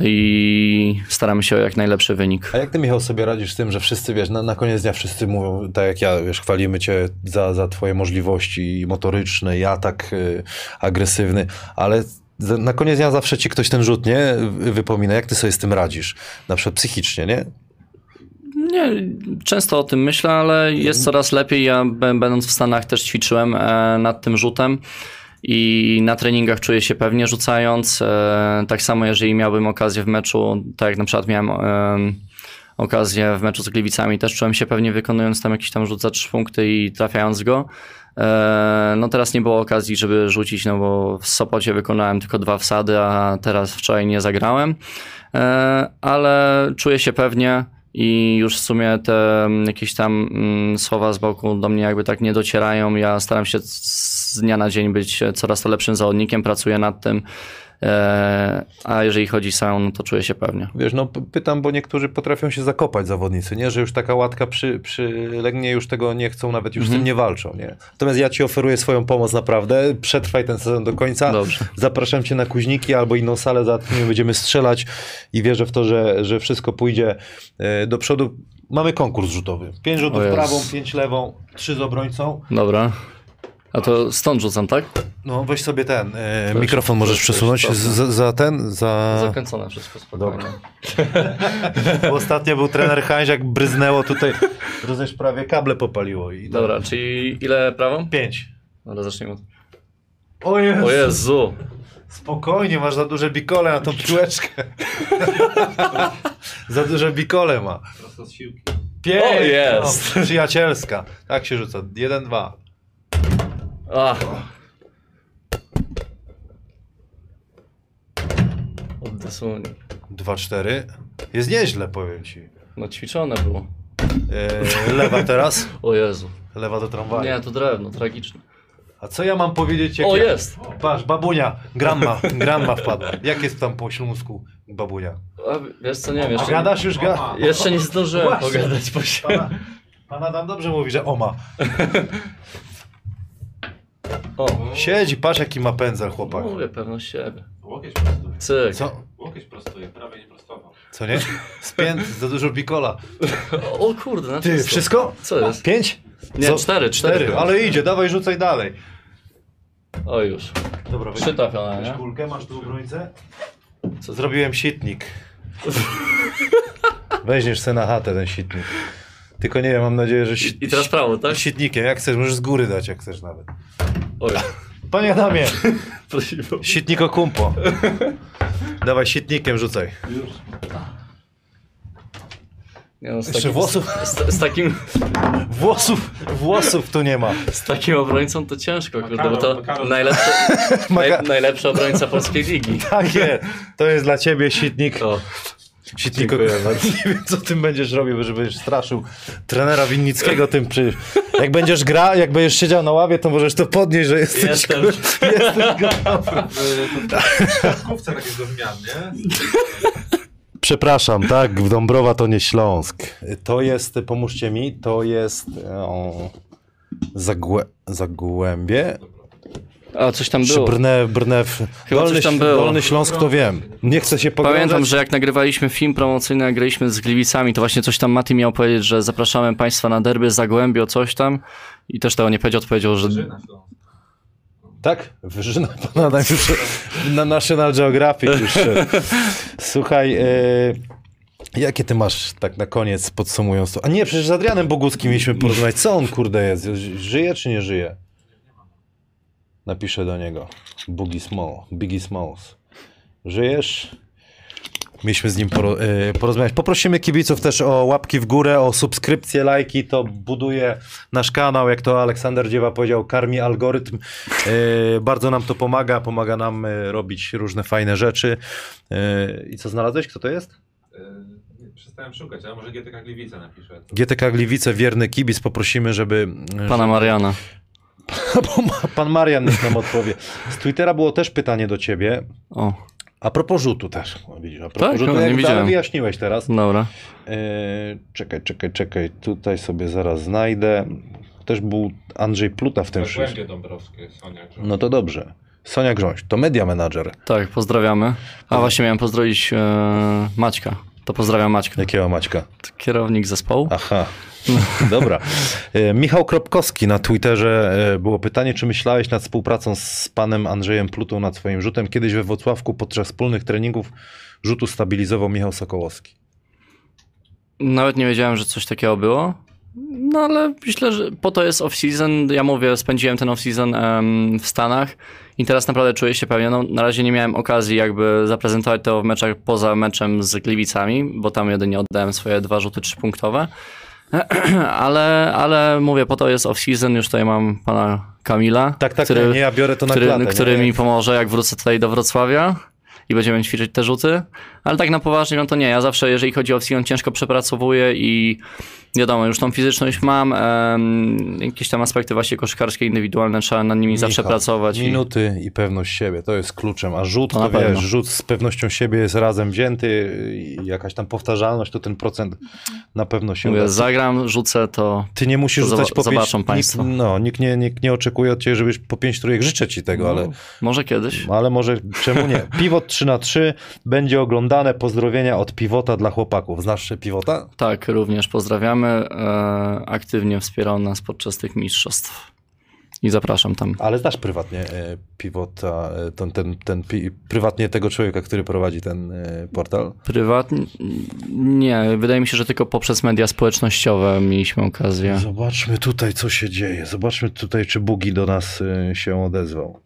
i staramy się o jak najlepszy wynik. A jak ty, Michał, sobie radzisz z tym, że wszyscy, wiesz, na, na koniec dnia wszyscy mówią, tak jak ja, wiesz, chwalimy cię za, za twoje możliwości motoryczne i atak y, agresywny, ale za, na koniec dnia zawsze ci ktoś ten rzut, nie, wypomina. Jak ty sobie z tym radzisz? Na przykład psychicznie, nie? Nie, często o tym myślę, ale jest coraz lepiej. Ja będąc w Stanach też ćwiczyłem e, nad tym rzutem. I na treningach czuję się pewnie rzucając. Tak samo jeżeli miałbym okazję w meczu, tak jak na przykład miałem okazję w meczu z Gliwicami, też czułem się pewnie wykonując tam jakiś tam rzut za trzy punkty i trafiając go. No teraz nie było okazji, żeby rzucić, no bo w Sopocie wykonałem tylko dwa wsady, a teraz wczoraj nie zagrałem. Ale czuję się pewnie i już w sumie te jakieś tam słowa z boku do mnie jakby tak nie docierają. Ja staram się z dnia na dzień być coraz to lepszym zawodnikiem, pracuję nad tym, a jeżeli chodzi sam, no to czuję się pewnie. Wiesz, no pytam, bo niektórzy potrafią się zakopać zawodnicy, nie? Że już taka łatka przy, przylegnie, już tego nie chcą, nawet już mhm. z tym nie walczą, nie? Natomiast ja ci oferuję swoją pomoc naprawdę, przetrwaj ten sezon do końca. Dobrze. Zapraszam cię na Kuźniki albo inną salę, za którą będziemy strzelać i wierzę w to, że, że wszystko pójdzie do przodu. Mamy konkurs rzutowy. Pięć rzutów prawą, pięć lewą, trzy z obrońcą. Dobra. A to stąd rzucam, tak? No weź sobie ten e, mikrofon możesz przesunąć z, za ten, za... Zakręcone wszystko spokojnie. Bo ostatnio był trener Hańś, jak bryznęło tutaj, rozumiesz, prawie kable popaliło. I dobra, tak. Czyli ile prawą? Pięć. Dobra, zacznijmy. O Jezu. O Jezu. Spokojnie, masz za duże bikole na tą piłeczkę. Za duże bikole ma. Prosto z siłki. Pięć. O jest. No, przyjacielska. Tak się rzuca. Jeden, dwa. Ach. Dosłownie. Dwa, cztery. Jest nieźle, powiem ci. No ćwiczone było. Eee, lewa teraz? O Jezu. Lewa do tramwaju. Nie, to drewno, tragiczne. A co ja mam powiedzieć? Jak o, ja... jest! Patrz, babunia, gramma, gramma wpadła. Jak jest tam po śląsku babunia? A, wiesz co, nie wiem, jeszcze... A gadasz już? Ga... Jeszcze nie zdążyłem Właśnie. pogadać po się. Pana, pan Adam dobrze mówi, że oma. O. Siedzi, patrz jaki ma pędzel chłopak. Mówię, pewność siebie. Łokieć prostuje. Cyk. Co? Łokieć prostuje, prawie nie prostował. Co nie? Spięt, za dużo bikola. O kurde, na Ty, wszystko. wszystko? Co jest? Pięć? Nie, Co? cztery, cztery. Cztery, ale idzie, dawaj rzucaj dalej. O już. Dobra, Trzy trafione, nie? kulkę, masz tu obrońcę? Co zrobiłem sitnik. Weźmiesz se na chatę ten sitnik. Tylko nie wiem, mam nadzieję, że... Sit... I teraz prawo, tak? Sitnikiem, jak chcesz, możesz z góry dać, jak chcesz nawet. Oj. Panie Adamie, Prosimy. sitniko kumpo. Dawaj, sitnikiem rzucaj. Nie, no, z, Jeszcze takim, włosów? z, z, takim, Włosów, włosów tu nie ma. z takim obrońcą to ciężko, kurde, bo to Makaron. najlepszy, naj, Maka- najlepszy obrońca polskiej ligi. Takie, to jest dla ciebie sitnik. O, Sitniko, dziękuję bardzo. nie wiem co tym będziesz robił, że będziesz straszył trenera Winnickiego tym przy... Jak będziesz gra, jak będziesz siedział na ławie, to możesz to podnieść, że jesteś... Jestem. kur- jesteś gotowy. W siatkówce tak jest do zmian, nie? Przepraszam, tak, w Dąbrowa to nie Śląsk. To jest, pomóżcie mi, to jest o, Zagłę, Zagłębie? a coś tam Czy było. Brne, Brnew? Chyba Dolny, coś tam było. Dolny Śląsk to wiem. Nie chcę się pogrążać. Pamiętam, że jak nagrywaliśmy film promocyjny, jak graliśmy z Gliwicami, to właśnie coś tam Mati miał powiedzieć, że zapraszamy Państwa na derby Zagłębio, coś tam. I też tego nie powiedział, odpowiedział, że Żyna, to. Tak? Wyżyna pan Adam już na National Geographic już. e, Słuchaj, e, jakie ty masz tak na koniec podsumując to? A nie, przecież z Adrianem Boguckim mieliśmy porozmawiać. Co on kurde jest? Żyje czy nie żyje? Napiszę do niego. Boogie Small, Biggie Smalls. Żyjesz? Mieliśmy z nim poro, e, porozmawiać. Poprosimy kibiców też o łapki w górę, o subskrypcje, lajki. To buduje nasz kanał, jak to Aleksander Dziewa powiedział, karmi algorytm. E, bardzo nam to pomaga, pomaga nam e, robić różne fajne rzeczy. E, I co znalazłeś? Kto to jest? Yy, przestałem szukać, ale może G T K Gliwice napiszę. G T K Gliwice, wierny kibic. Poprosimy, żeby... pana Mariana. Bo ma- Pan Marian niech nam odpowie. Z Twittera było też pytanie do ciebie. O, A propos rzutu też. O, widzisz, a propos Tak? rzutu, O, nie jak widziałem. ale wyjaśniłeś teraz. dobra. Eee, czekaj, czekaj, czekaj. Tutaj sobie zaraz znajdę. Też był Andrzej Pluta w tym wszystkim. Zagłębie Dąbrowskie, Sonia Grząs. No to dobrze. Sonia Grząś, to media manager. Tak, pozdrawiamy. A właśnie miałem pozdrowić e, Maćka. To pozdrawiam Maćka. Jakiego Maćka? Kierownik zespołu. Aha. Dobra. E, Michał Kropkowski na Twitterze e, było pytanie, czy myślałeś nad współpracą z panem Andrzejem Plutą nad swoim rzutem? Kiedyś we Włocławku podczas wspólnych treningów rzutu stabilizował Michał Sokołowski. Nawet nie wiedziałem, że coś takiego było. No ale myślę, że po to jest off-season. Ja mówię, spędziłem ten off-season em, w Stanach i teraz naprawdę czuję się pewnie. No, na razie nie miałem okazji jakby zaprezentować to w meczach poza meczem z Gliwicami, bo tam jedynie oddałem swoje dwa rzuty trzypunktowe. ale, ale mówię, po to jest off-season. Już tutaj mam pana Kamila, Tak, tak, który, nie, ja biorę to na który, klatę. który nie? mi pomoże, jak wrócę tutaj do Wrocławia i będziemy ćwiczyć te rzuty. Ale tak na poważnie, no to nie. Ja zawsze, jeżeli chodzi o off-season, ciężko przepracowuję i wiadomo, już tą fizyczność mam. Em, jakieś tam aspekty właśnie koszykarskie, indywidualne, trzeba nad nimi zawsze Michał, pracować. I, Minuty i pewność siebie, to jest kluczem. A rzut, To to, na pewno. wiesz, rzut z pewnością siebie jest razem wzięty i jakaś tam powtarzalność, to ten procent na pewno się uda. mówię, zagram, rzucę, to Ty nie musisz to rzucać zoba- po pięć... zobaczą Nikt, państwo. no, nikt nie, nikt nie oczekuje od ciebie, żebyś po pięć trójek, życzę ci tego, ale, no, może kiedyś. ale może czemu nie? Pivot trzy na trzy będzie oglądane. Pozdrowienia od Pivota dla chłopaków. Znasz Pivota? Tak, również pozdrawiamy. E, aktywnie wspierał nas podczas tych mistrzostw. I zapraszam tam. Ale znasz prywatnie e, Pivota, e, ten, ten, ten, pi, prywatnie tego człowieka, który prowadzi ten e, portal? Prywatnie? Nie, wydaje mi się, że tylko poprzez media społecznościowe mieliśmy okazję. Zobaczmy tutaj, co się dzieje. Zobaczmy tutaj, czy Bugi do nas e, się odezwał.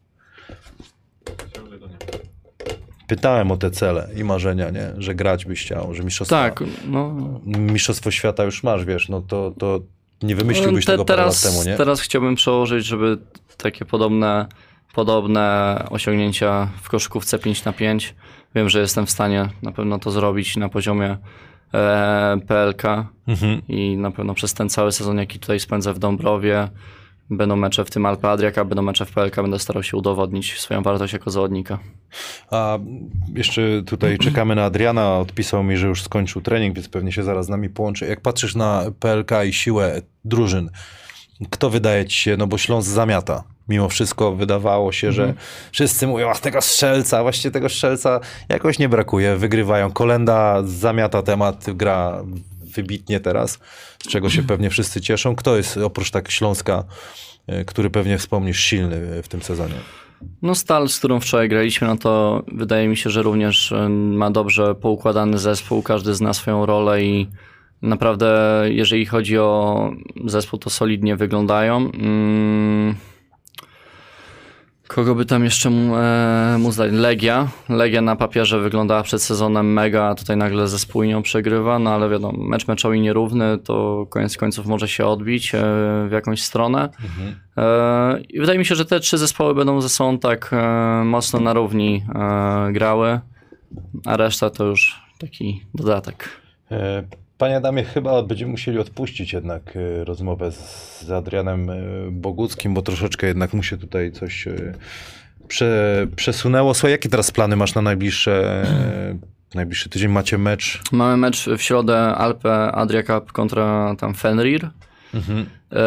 Ciągle go nie ma. Pytałem o te cele i marzenia, nie? Że grać byś chciał, że mistrzostwo, Tak, no. mistrzostwo świata już masz, wiesz, no to, to nie wymyśliłbyś Te- tego parę teraz, lat temu, nie? Teraz chciałbym przełożyć, żeby takie podobne, podobne osiągnięcia w koszykówce pięć na pięć. Wiem, że jestem w stanie na pewno to zrobić na poziomie e, P L K Mhm. i na pewno przez ten cały sezon, jaki tutaj spędzę w Dąbrowie, będą mecze w tym Alpe Adriaka, będą mecze w P L K, będę starał się udowodnić swoją wartość jako zawodnika. A jeszcze tutaj czekamy na Adriana, odpisał mi, że już skończył trening, więc pewnie się zaraz z nami połączy. Jak patrzysz na P L K i siłę drużyn, kto wydaje ci się, no bo Śląsk zamiata. Mimo wszystko wydawało się, że wszyscy mówią, ach, tego strzelca, właśnie tego strzelca jakoś nie brakuje. Wygrywają. Kolenda zamiata temat, gra wybitnie teraz, z czego się pewnie wszyscy cieszą. Kto jest oprócz tak Śląska, y, który pewnie wspomnisz silny w tym sezonie? No Stal, z którą wczoraj graliśmy, no to wydaje mi się, że również y, ma dobrze poukładany zespół, każdy zna swoją rolę i naprawdę jeżeli chodzi o zespół, to solidnie wyglądają. Mm. Kogo by tam jeszcze mu, e, mu zdać? Legia. Legia na papierze wyglądała przed sezonem mega, a tutaj nagle ze Spójnią przegrywa, no ale wiadomo, mecz meczowi nierówny, to koniec końców może się odbić e, w jakąś stronę. Mhm. E, I wydaje mi się, że te trzy zespoły będą ze sobą tak e, mocno na równi e, grały, a reszta to już taki dodatek. E, Panie Adamie, chyba będziemy musieli odpuścić jednak e, rozmowę z, z Adrianem e, Boguckim, bo troszeczkę jednak mu się tutaj coś e, prze, przesunęło. Słuchaj, jakie teraz plany masz na najbliższe, e, najbliższy tydzień? Macie mecz? Mamy mecz w środę Alpe Adria Cup kontra tam Fenrir, mhm.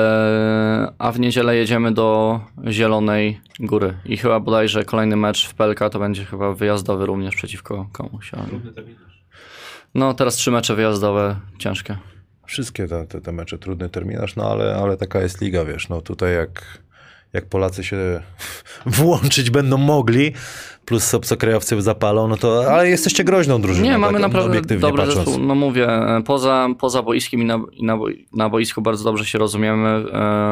e, a w niedzielę jedziemy do Zielonej Góry i chyba bodajże kolejny mecz w P L K to będzie chyba wyjazdowy również przeciwko komuś. Trudny terminarz. No teraz trzy mecze wyjazdowe, ciężkie. Wszystkie te, te, te mecze, trudny terminarz, no ale, ale taka jest liga, wiesz, no tutaj jak, jak Polacy się włączyć będą mogli, plus obcokrajowcy zapalą, no to, ale jesteście groźną drużyną. Nie, mamy tak, naprawdę dobry patrząc. zespół, no mówię, poza, poza boiskiem i, na, i na, na boisku bardzo dobrze się rozumiemy,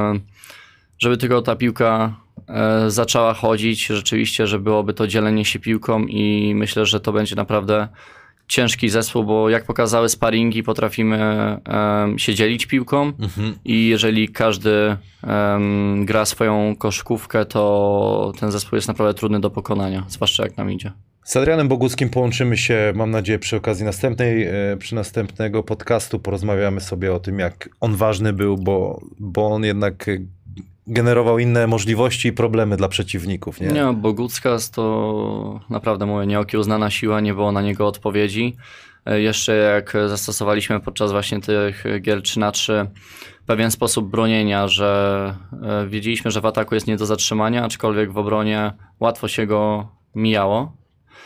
żeby tylko ta piłka zaczęła chodzić, rzeczywiście, że byłoby to dzielenie się piłką i myślę, że to będzie naprawdę ciężki zespół, bo jak pokazały sparingi, potrafimy um, się dzielić piłką mhm. i jeżeli każdy um, gra swoją koszykówkę, to ten zespół jest naprawdę trudny do pokonania, zwłaszcza jak nam idzie. Z Adrianem Boguckim połączymy się, mam nadzieję, przy okazji następnej, przy następnego podcastu. Porozmawiamy sobie o tym, jak on ważny był, bo, bo on jednak generował inne możliwości i problemy dla przeciwników. Nie, nie Boguckas to naprawdę mówię, nieokiełznana siła, nie było na niego odpowiedzi. Jeszcze jak zastosowaliśmy podczas właśnie tych gier trzy na trzy pewien sposób bronienia, że wiedzieliśmy, że w ataku jest nie do zatrzymania, aczkolwiek w obronie łatwo się go mijało,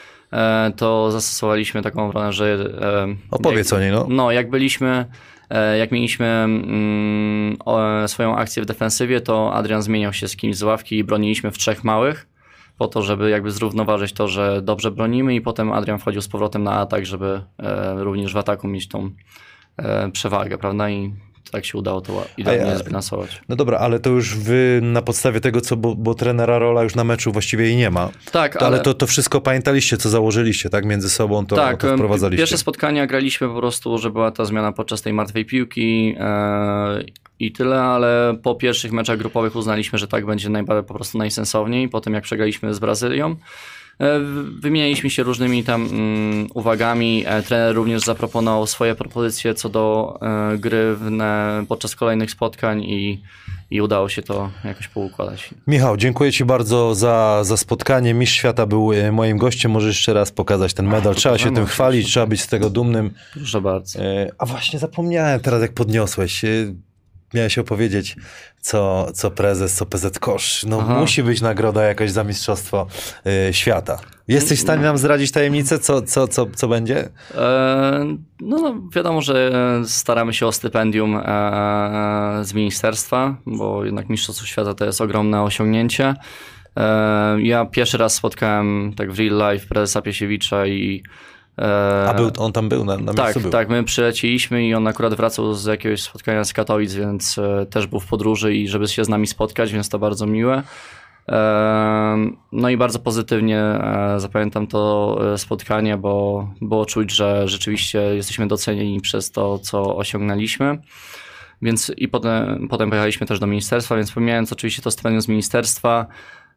to zastosowaliśmy taką obronę, że... Opowiedz jak, o niej, no. No, jak byliśmy... Jak mieliśmy mm, o, swoją akcję w defensywie, to Adrian zmieniał się z kimś z ławki i broniliśmy w trzech małych, po to, żeby jakby zrównoważyć to, że dobrze bronimy i potem Adrian wchodził z powrotem na atak, żeby e, również w ataku mieć tą e, przewagę, prawda? I tak się udało to idealnie zbilansować. No dobra, ale to już wy na podstawie tego, co, bo, bo trenera Rola już na meczu właściwie jej nie ma. Tak, to, ale... ale to, to wszystko pamiętaliście, co założyliście, tak? Między sobą to, tak, to wprowadzaliście. Pierwsze spotkania graliśmy po prostu, że była ta zmiana podczas tej martwej piłki e, i tyle, ale po pierwszych meczach grupowych uznaliśmy, że tak będzie najbardziej po prostu najsensowniej. Potem jak przegraliśmy z Brazylią, wymienialiśmy się różnymi tam um, uwagami. Trener również zaproponował swoje propozycje co do e, gry w, ne, podczas kolejnych spotkań i, i udało się to jakoś poukładać. Michał, dziękuję Ci bardzo za, za spotkanie. Mistrz świata był moim gościem. Może jeszcze raz pokazać ten medal. Trzeba się tym chwalić, trzeba być z tego dumnym. Proszę bardzo. E, a właśnie zapomniałem teraz, jak podniosłeś. E, miałeś opowiedzieć, co, co prezes, co P Z Kosz. No Aha. musi być nagroda jakaś za mistrzostwo y, świata. Jesteś w stanie nam zdradzić tajemnicę, co, co, co, co będzie? E, no, no wiadomo, że staramy się o stypendium e, z ministerstwa, bo jednak mistrzostwo świata to jest ogromne osiągnięcie. E, ja pierwszy raz spotkałem tak w real life prezesa Piesiewicza i A był, on tam był, na, na tak, miejscu był. Tak, my przyleciliśmy i on akurat wracał z jakiegoś spotkania z Katowic, więc e, też był w podróży i żeby się z nami spotkać, więc to bardzo miłe. E, no i bardzo pozytywnie e, zapamiętam to spotkanie, bo było czuć, że rzeczywiście jesteśmy docenieni przez to, co osiągnęliśmy. Więc i potem, potem pojechaliśmy też do ministerstwa, więc pomijając oczywiście to stypendium z ministerstwa,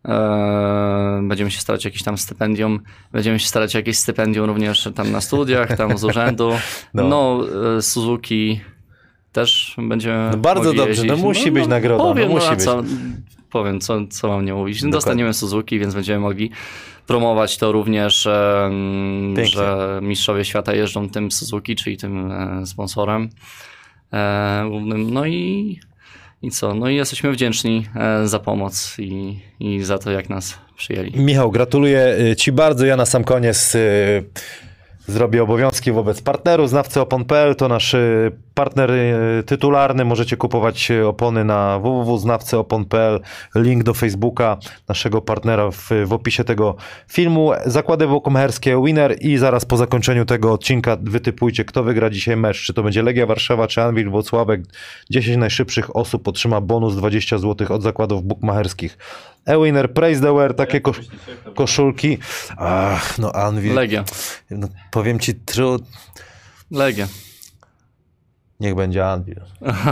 będziemy się starać o jakieś tam stypendium, będziemy się starać o jakieś stypendium również tam na studiach, tam z urzędu. No, no Suzuki też będziemy no bardzo dobrze, jeździć. no musi no, być no, nagroda. Powiem, no, musi no, być. Co, powiem, co, co mam nie mówić. Dokładnie. Dostaniemy Suzuki, więc będziemy mogli promować to również, Pięknie. że mistrzowie świata jeżdżą tym Suzuki, czyli tym sponsorem głównym. No i I co? No i jesteśmy wdzięczni za pomoc i, i za to, jak nas przyjęli. Michał, gratuluję Ci bardzo. Ja na sam koniec zrobię obowiązki wobec partnerów. Znawcy opon kropka p l to nasz partner tytularny. Możecie kupować opony na w w w kropka znawcy opon kropka p l. Link do Facebooka naszego partnera w, w opisie tego filmu. Zakłady wokmecherskie Winner i zaraz po zakończeniu tego odcinka wytypujcie, kto wygra dzisiaj mecz. Czy to będzie Legia Warszawa, czy Anwil Włocławek. dziesięć najszybszych osób otrzyma bonus dwadzieścia złotych od zakładów bukmacherskich. E-Winner, Praise the Wear, takie kosz koszulki. Ach, no Anvil. Legia. No, powiem ci, tru... Legia. Niech będzie Anvil.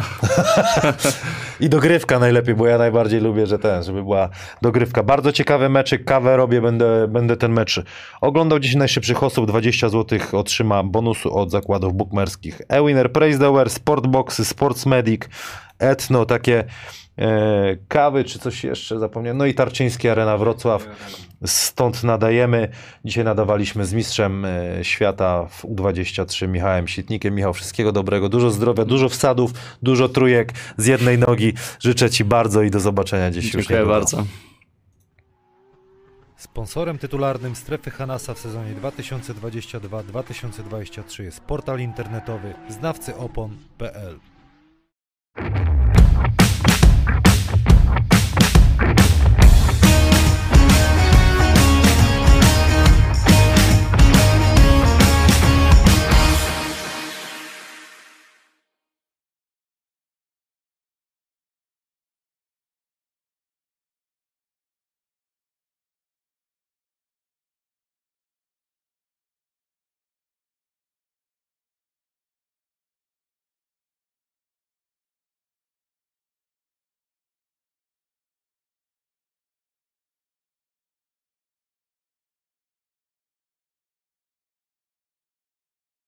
I dogrywka najlepiej, bo ja najbardziej lubię, że ten, żeby była dogrywka. Bardzo ciekawy meczyk, kawę robię, będę, będę ten mecz oglądał. dziesięć najszybszych osób, dwadzieścia złotych otrzyma bonusu od zakładów bukmerskich. E-Winner, Praise the Wear, Sportboxy, Sportsmedic, Etno, takie e, kawy, czy coś jeszcze zapomniałem. No i Tarczyński Arena Wrocław. Stąd nadajemy. Dzisiaj nadawaliśmy z mistrzem e, świata w U dwadzieścia trzy Michałem Sitnikiem. Michał, wszystkiego dobrego, dużo zdrowia, dużo wsadów, dużo trójek z jednej nogi. Życzę ci bardzo i do zobaczenia gdzieś już Dziękuję niedługo. bardzo. Sponsorem tytularnym Strefy Hanasa w sezonie dwa tysiące dwudziestym drugim dwa tysiące dwudziestym trzecim jest portal internetowy znawcy opon kropka p l.